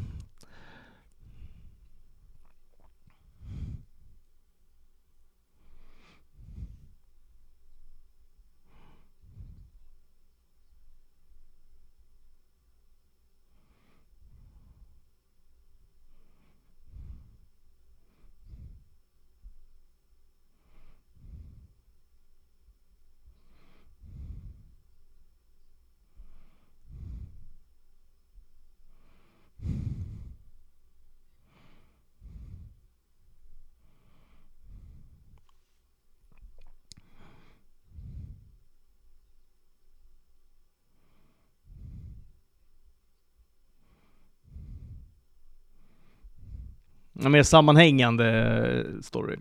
En mer sammanhängande story.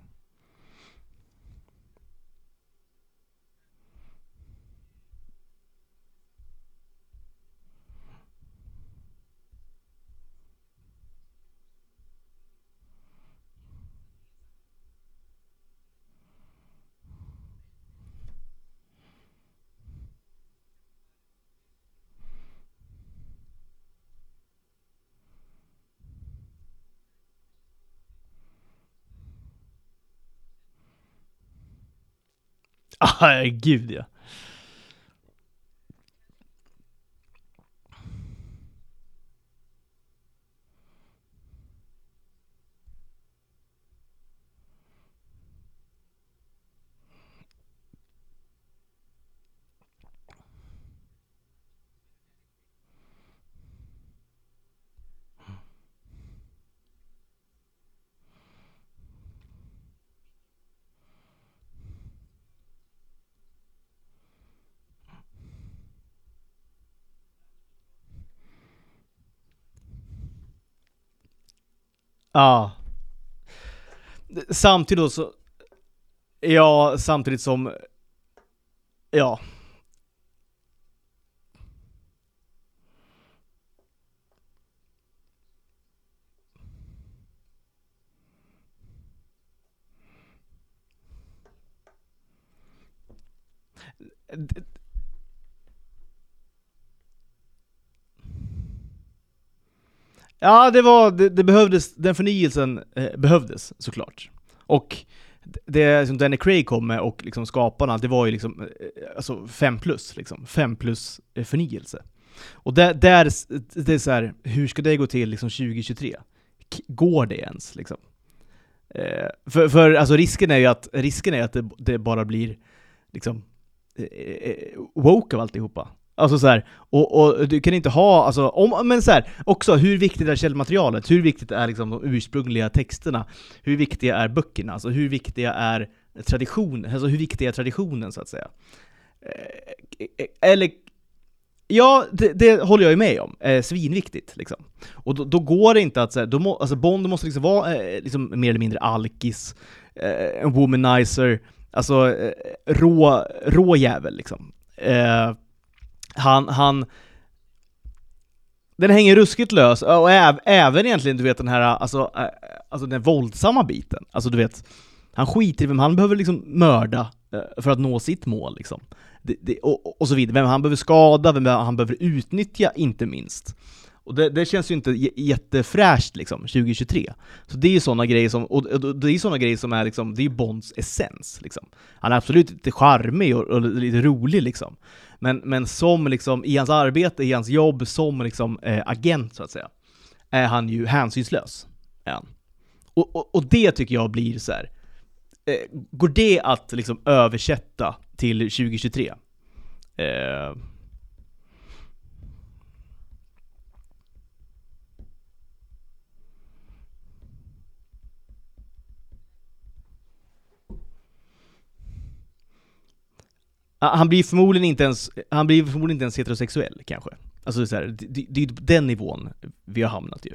Ah, gud ja. Ja. Samtidigt då så... Ja, samtidigt som... Ja. Ja, det var... Det, det behövdes... Den förnyelsen eh, behövdes, såklart. Och det som Danny Craig kom med och liksom skaparna, det var ju liksom eh, alltså fem plus liksom, fem plus eh, förnyelse. Och där, där det är så här, hur ska det gå till liksom tjugo tjugotre? K- går det ens liksom? Eh, för för alltså risken är ju att risken är att det, det bara blir liksom eh, woke av alltihopa. Alltså så här, och, och du kan inte ha alltså om men så här, också hur viktigt är källmaterialet? Hur viktigt är liksom de ursprungliga texterna? Hur viktiga är böckerna? Alltså hur viktiga är tradition? Alltså hur viktig är traditionen så att säga? Eh, eller ja, det, det håller jag ju med om. Eh, svinviktigt liksom. Och då, då går det inte att så här, då må, alltså Bond måste liksom vara eh, liksom mer eller mindre alkis, eh, en womanizer, alltså eh, rå rå jävel liksom. Eh, han han den hänger ruskigt lös och äv, även egentligen du vet den här alltså äh, alltså den våldsamma biten. Alltså du vet han skiter i vem han behöver liksom mörda äh, för att nå sitt mål liksom. Det, det, och, och så vidare. Vem han behöver skada, vem han behöver utnyttja inte minst. Och det, det känns ju inte j- jättefräscht liksom tjugo tjugotre. Så det är ju såna grejer som och, och det är såna grejer som är liksom det är Bonds essens liksom. Han är absolut lite charmig och, och lite rolig liksom. Men men som liksom i hans arbete, i hans jobb som liksom eh, agent så att säga, är han ju hänsynslös. Ja. Och, och och det tycker jag blir så här. Eh, går det att liksom översätta till tjugo tjugotre? Eh Han blir förmodligen inte ens han blir förmodligen inte ens heterosexuell kanske. Alltså så här, det, det är den nivån vi har hamnat ju.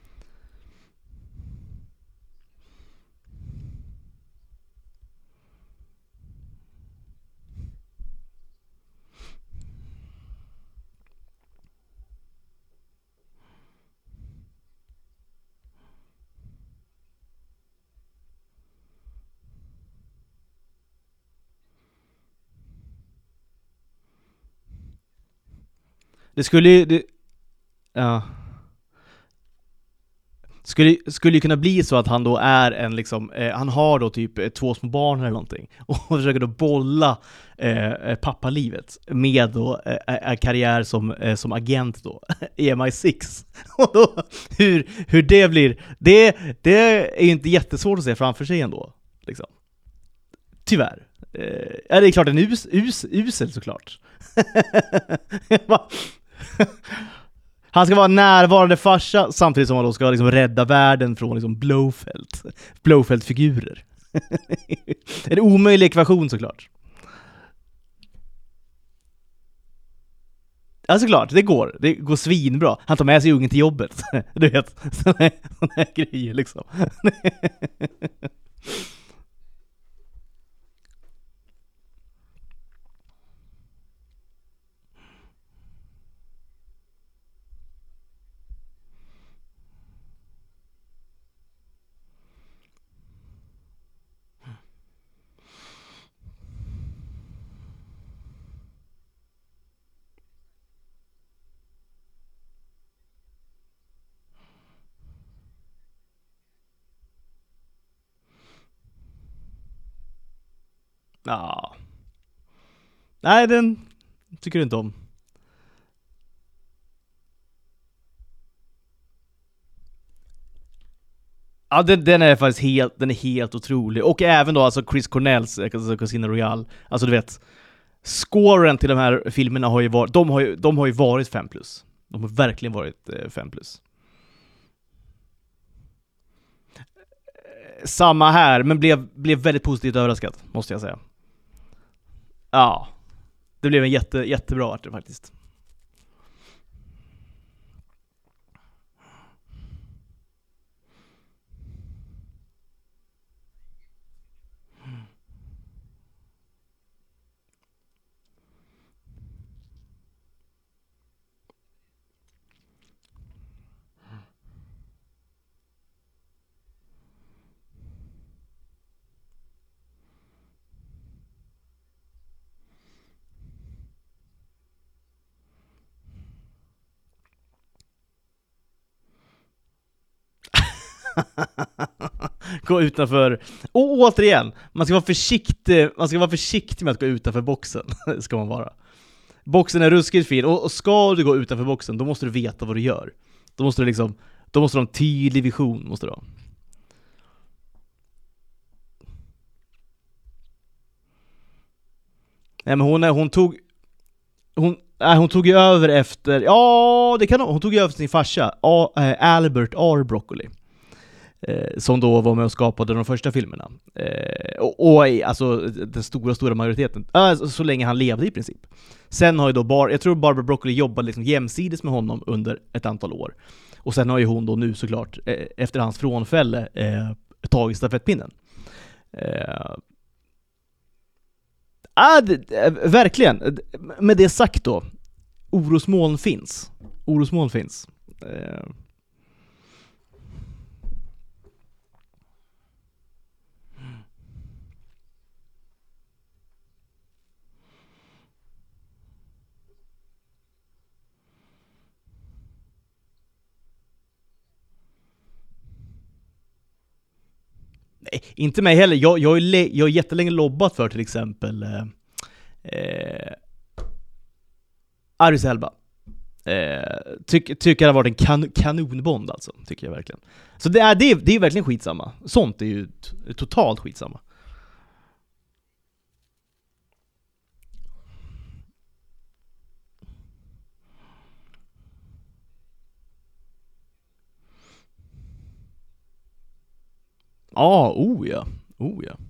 Det skulle ju det, ja. Skulle, skulle ju kunna bli så att han då är en liksom, eh, han har då typ eh, två små barn eller någonting och försöker då bolla eh, pappalivet med då eh, karriär som, eh, som agent då i M I sex. Och då, hur, hur det blir, det, det är ju inte jättesvårt att se framför sig ändå liksom. Tyvärr. Eh, ja, det är klart en us, us, usel såklart. Han ska vara närvarande farsa samtidigt som han då ska liksom rädda världen från liksom Blofeld. Blofeld-figurer. En omöjlig ekvation såklart. Ja, såklart, det går. Det går svinbra. Han tar med sig ungen till jobbet. Du vet, såna här, såna här grejer liksom. Ja. Nej, den tycker du inte om. Ja, den, den är faktiskt helt, den är helt otrolig. Och även då alltså Chris Cornells alltså Casino Royale. Alltså du vet, scoren till de här filmerna har ju varit, de har ju, de har ju varit fem plus. De har verkligen varit eh, fem plus. Samma här, men blev, blev väldigt positivt överraskad, måste jag säga. Ja, det blev en jätte, jättebra art faktiskt. Gå utanför. Och återigen, man ska vara försiktig, man ska vara försiktig med att gå utanför boxen. Ska man vara. Boxen är ruskigt fin, och, och ska du gå utanför boxen, då måste du veta vad du gör. Då måste du liksom, då måste du ha en tydlig vision, måste du ha. Nej, men hon, hon tog hon, nej, hon tog ju över efter, ja det kan hon, hon tog ju över sin farsa A, äh, Albert R. Broccoli, eh, som då var med och skapade de första filmerna, eh, och, och alltså den stora stora majoriteten, äh, så, så länge han levde i princip. Sen har ju då Bar, jag tror Barbara Broccoli jobbade liksom jämsides med honom under ett antal år, och sen har ju hon då nu såklart eh, efter hans frånfälle eh, tagit stafettpinnen. eh, Ah, det, äh, verkligen. Med det sagt då, orosmoln finns. Orosmoln finns. Eh. Nej, inte mig heller. Jag, jag, är jag är jättelänge lobbat för till exempel eh, eh, Idris Elba. Eh, tyck, tycker det har varit en kan, kanonbond alltså, tycker jag verkligen. Så det är, det, är, det är verkligen skitsamma. Sånt är ju t- totalt skitsamma. Ja, ah, oh ja. Oh ja.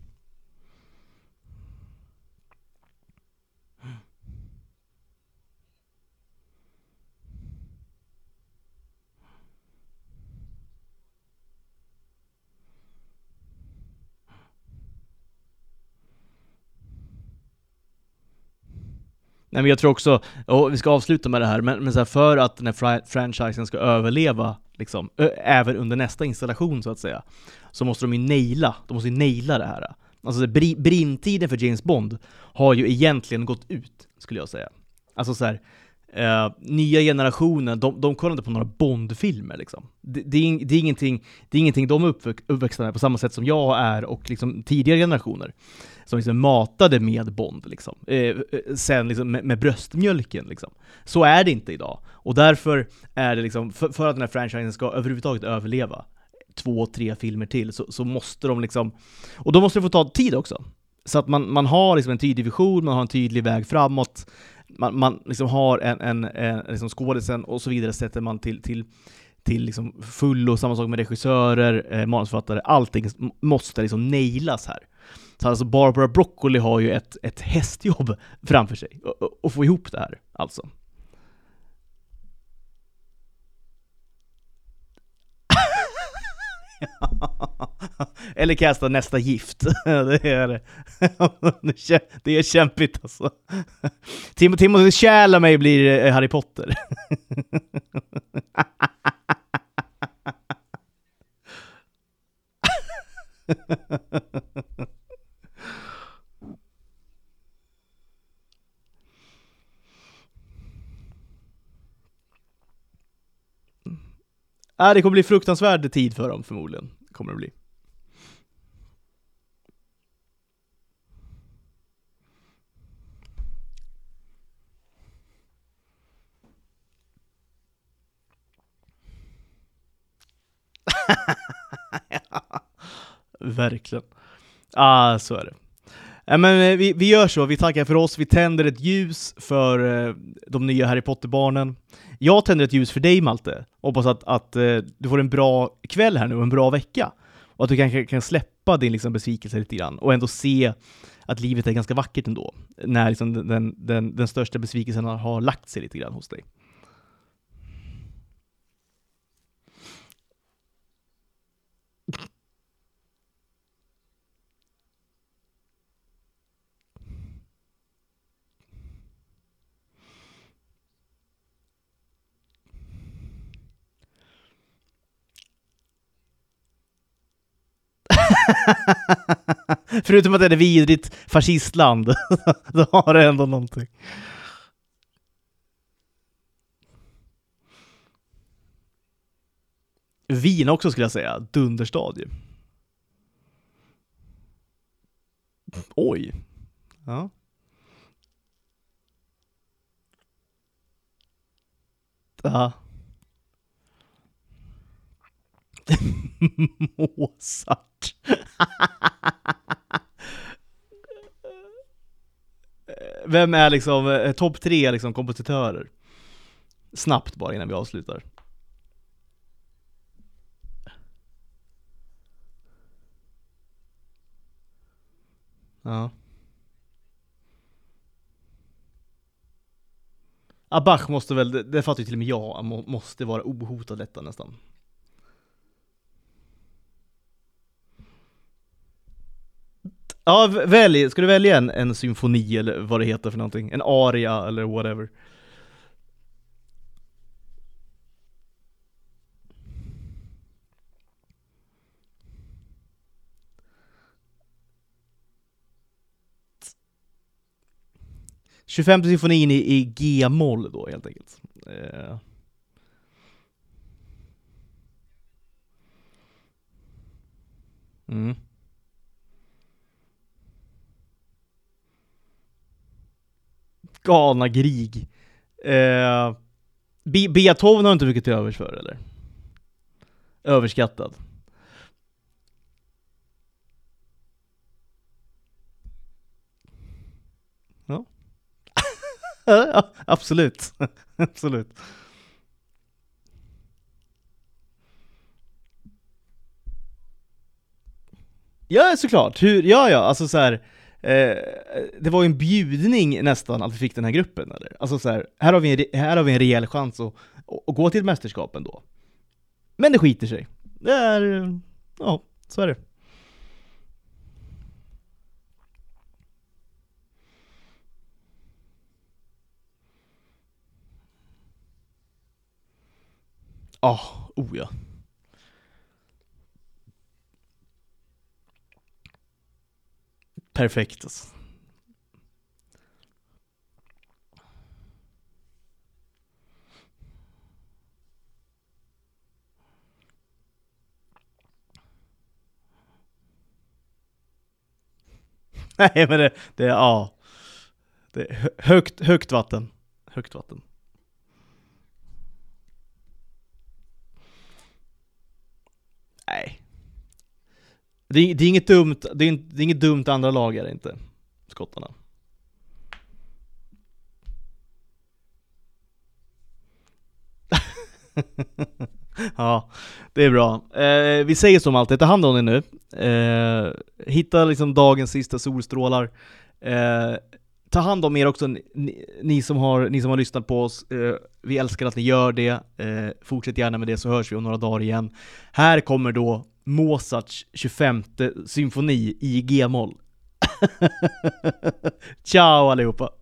Nej, men jag tror också, och vi ska avsluta med det här, men, men så här, för att den här fri- franchisen ska överleva liksom, ö- även under nästa installation så att säga, så måste de ju naila, de måste ju naila det här. Alltså br- brintiden för James Bond har ju egentligen gått ut, skulle jag säga. Alltså så här, eh, nya generationen, de, de kollar inte på några Bond-filmer liksom. Det, det, är, ing- det, är ingenting, det är ingenting de är uppväx- uppväxta med på samma sätt som jag är och liksom tidigare generationer som liksom matade med Bond liksom. Eh, sen liksom med, med bröstmjölken liksom. Så är det inte idag. Och därför är det liksom, för, för att den här franchisen ska överhuvudtaget överleva två, tre filmer till, så, så måste de liksom, och då måste det få ta tid också. Så att man, man har liksom en tydlig vision, man har en tydlig väg framåt, man, man liksom har en, en, en liksom skådisen och så vidare, sätter man till, till, till liksom full, och samma sak med regissörer, eh, manusförfattare, allting måste liksom nailas här. Så alltså Barbara Broccoli har ju ett, ett hästjobb framför sig och, och få ihop det här alltså. Eller kasta nästa gift. Det är det. Det är kämpigt alltså. Tim- Timothy Chalamet blir Harry Potter. Ja, det kommer bli fruktansvärd tid för dem förmodligen. Kommer det bli. Ja, verkligen. Ja, ah, så är det. Ja, men vi, vi gör så, vi tackar för oss. Vi tänder ett ljus för eh, de nya Harry Potter-barnen. Jag tänder ett ljus för dig, Malte. Hoppas att, att eh, du får en bra kväll här nu och en bra vecka. Och att du kanske kan släppa din liksom, besvikelse lite grann. Och ändå se att livet är ganska vackert ändå. När liksom, den, den, den, den största besvikelsen har, har lagt sig lite grann hos dig. Förutom att det är ett vidrigt fascistland. Då har det ändå någonting. Wien också skulle jag säga. Dunderstadie. Oj. Ja. Ja. Mozart. Vem är liksom eh, topp tre liksom kompositörer? Snabbt bara innan vi avslutar. Ja. Ah, Bach måste väl, det, det fattar ju till och med jag, må, måste vara ohotad detta nästan. Ja, välj, ska du välja en, en symfoni eller vad det heter för någonting? En aria eller whatever. tjugofemte symfonin i, i G-moll då helt enkelt. Eh. Mm. Galna Grieg. Eh. Be- Beethoven har inte mycket till övers för, eller? Överskattad. Ja. Ja, absolut. Absolut. Ja, såklart. Hur, ja, ja, alltså så här, eh, det var ju en bjudning nästan att vi fick den här gruppen, eller? Alltså så här, här har vi en, re- här har vi en rejäl chans att, att, att gå till mästerskapen då. Men det skiter sig. Det är, ja, så är det. Ja, oh, oh ja. Perfekt alltså. Nej, men det, det är, ja. Det är hö- högt, högt vatten. Högt vatten. Nej. Det är, det är inget dumt, det är, in- det är inget dumt andra lag är det inte. Skottarna. Ja, det är bra. Eh, vi säger som alltid, ta hand om er nu. Eh, hitta liksom dagens sista solstrålar. Eh, ta hand om er också, ni, ni, som har, ni som har lyssnat på oss. Eh, vi älskar att ni gör det. Eh, fortsätt gärna med det, så hörs vi om några dagar igen. Här kommer då Mozarts tjugofemte symfoni i G-moll. Ciao allihopa!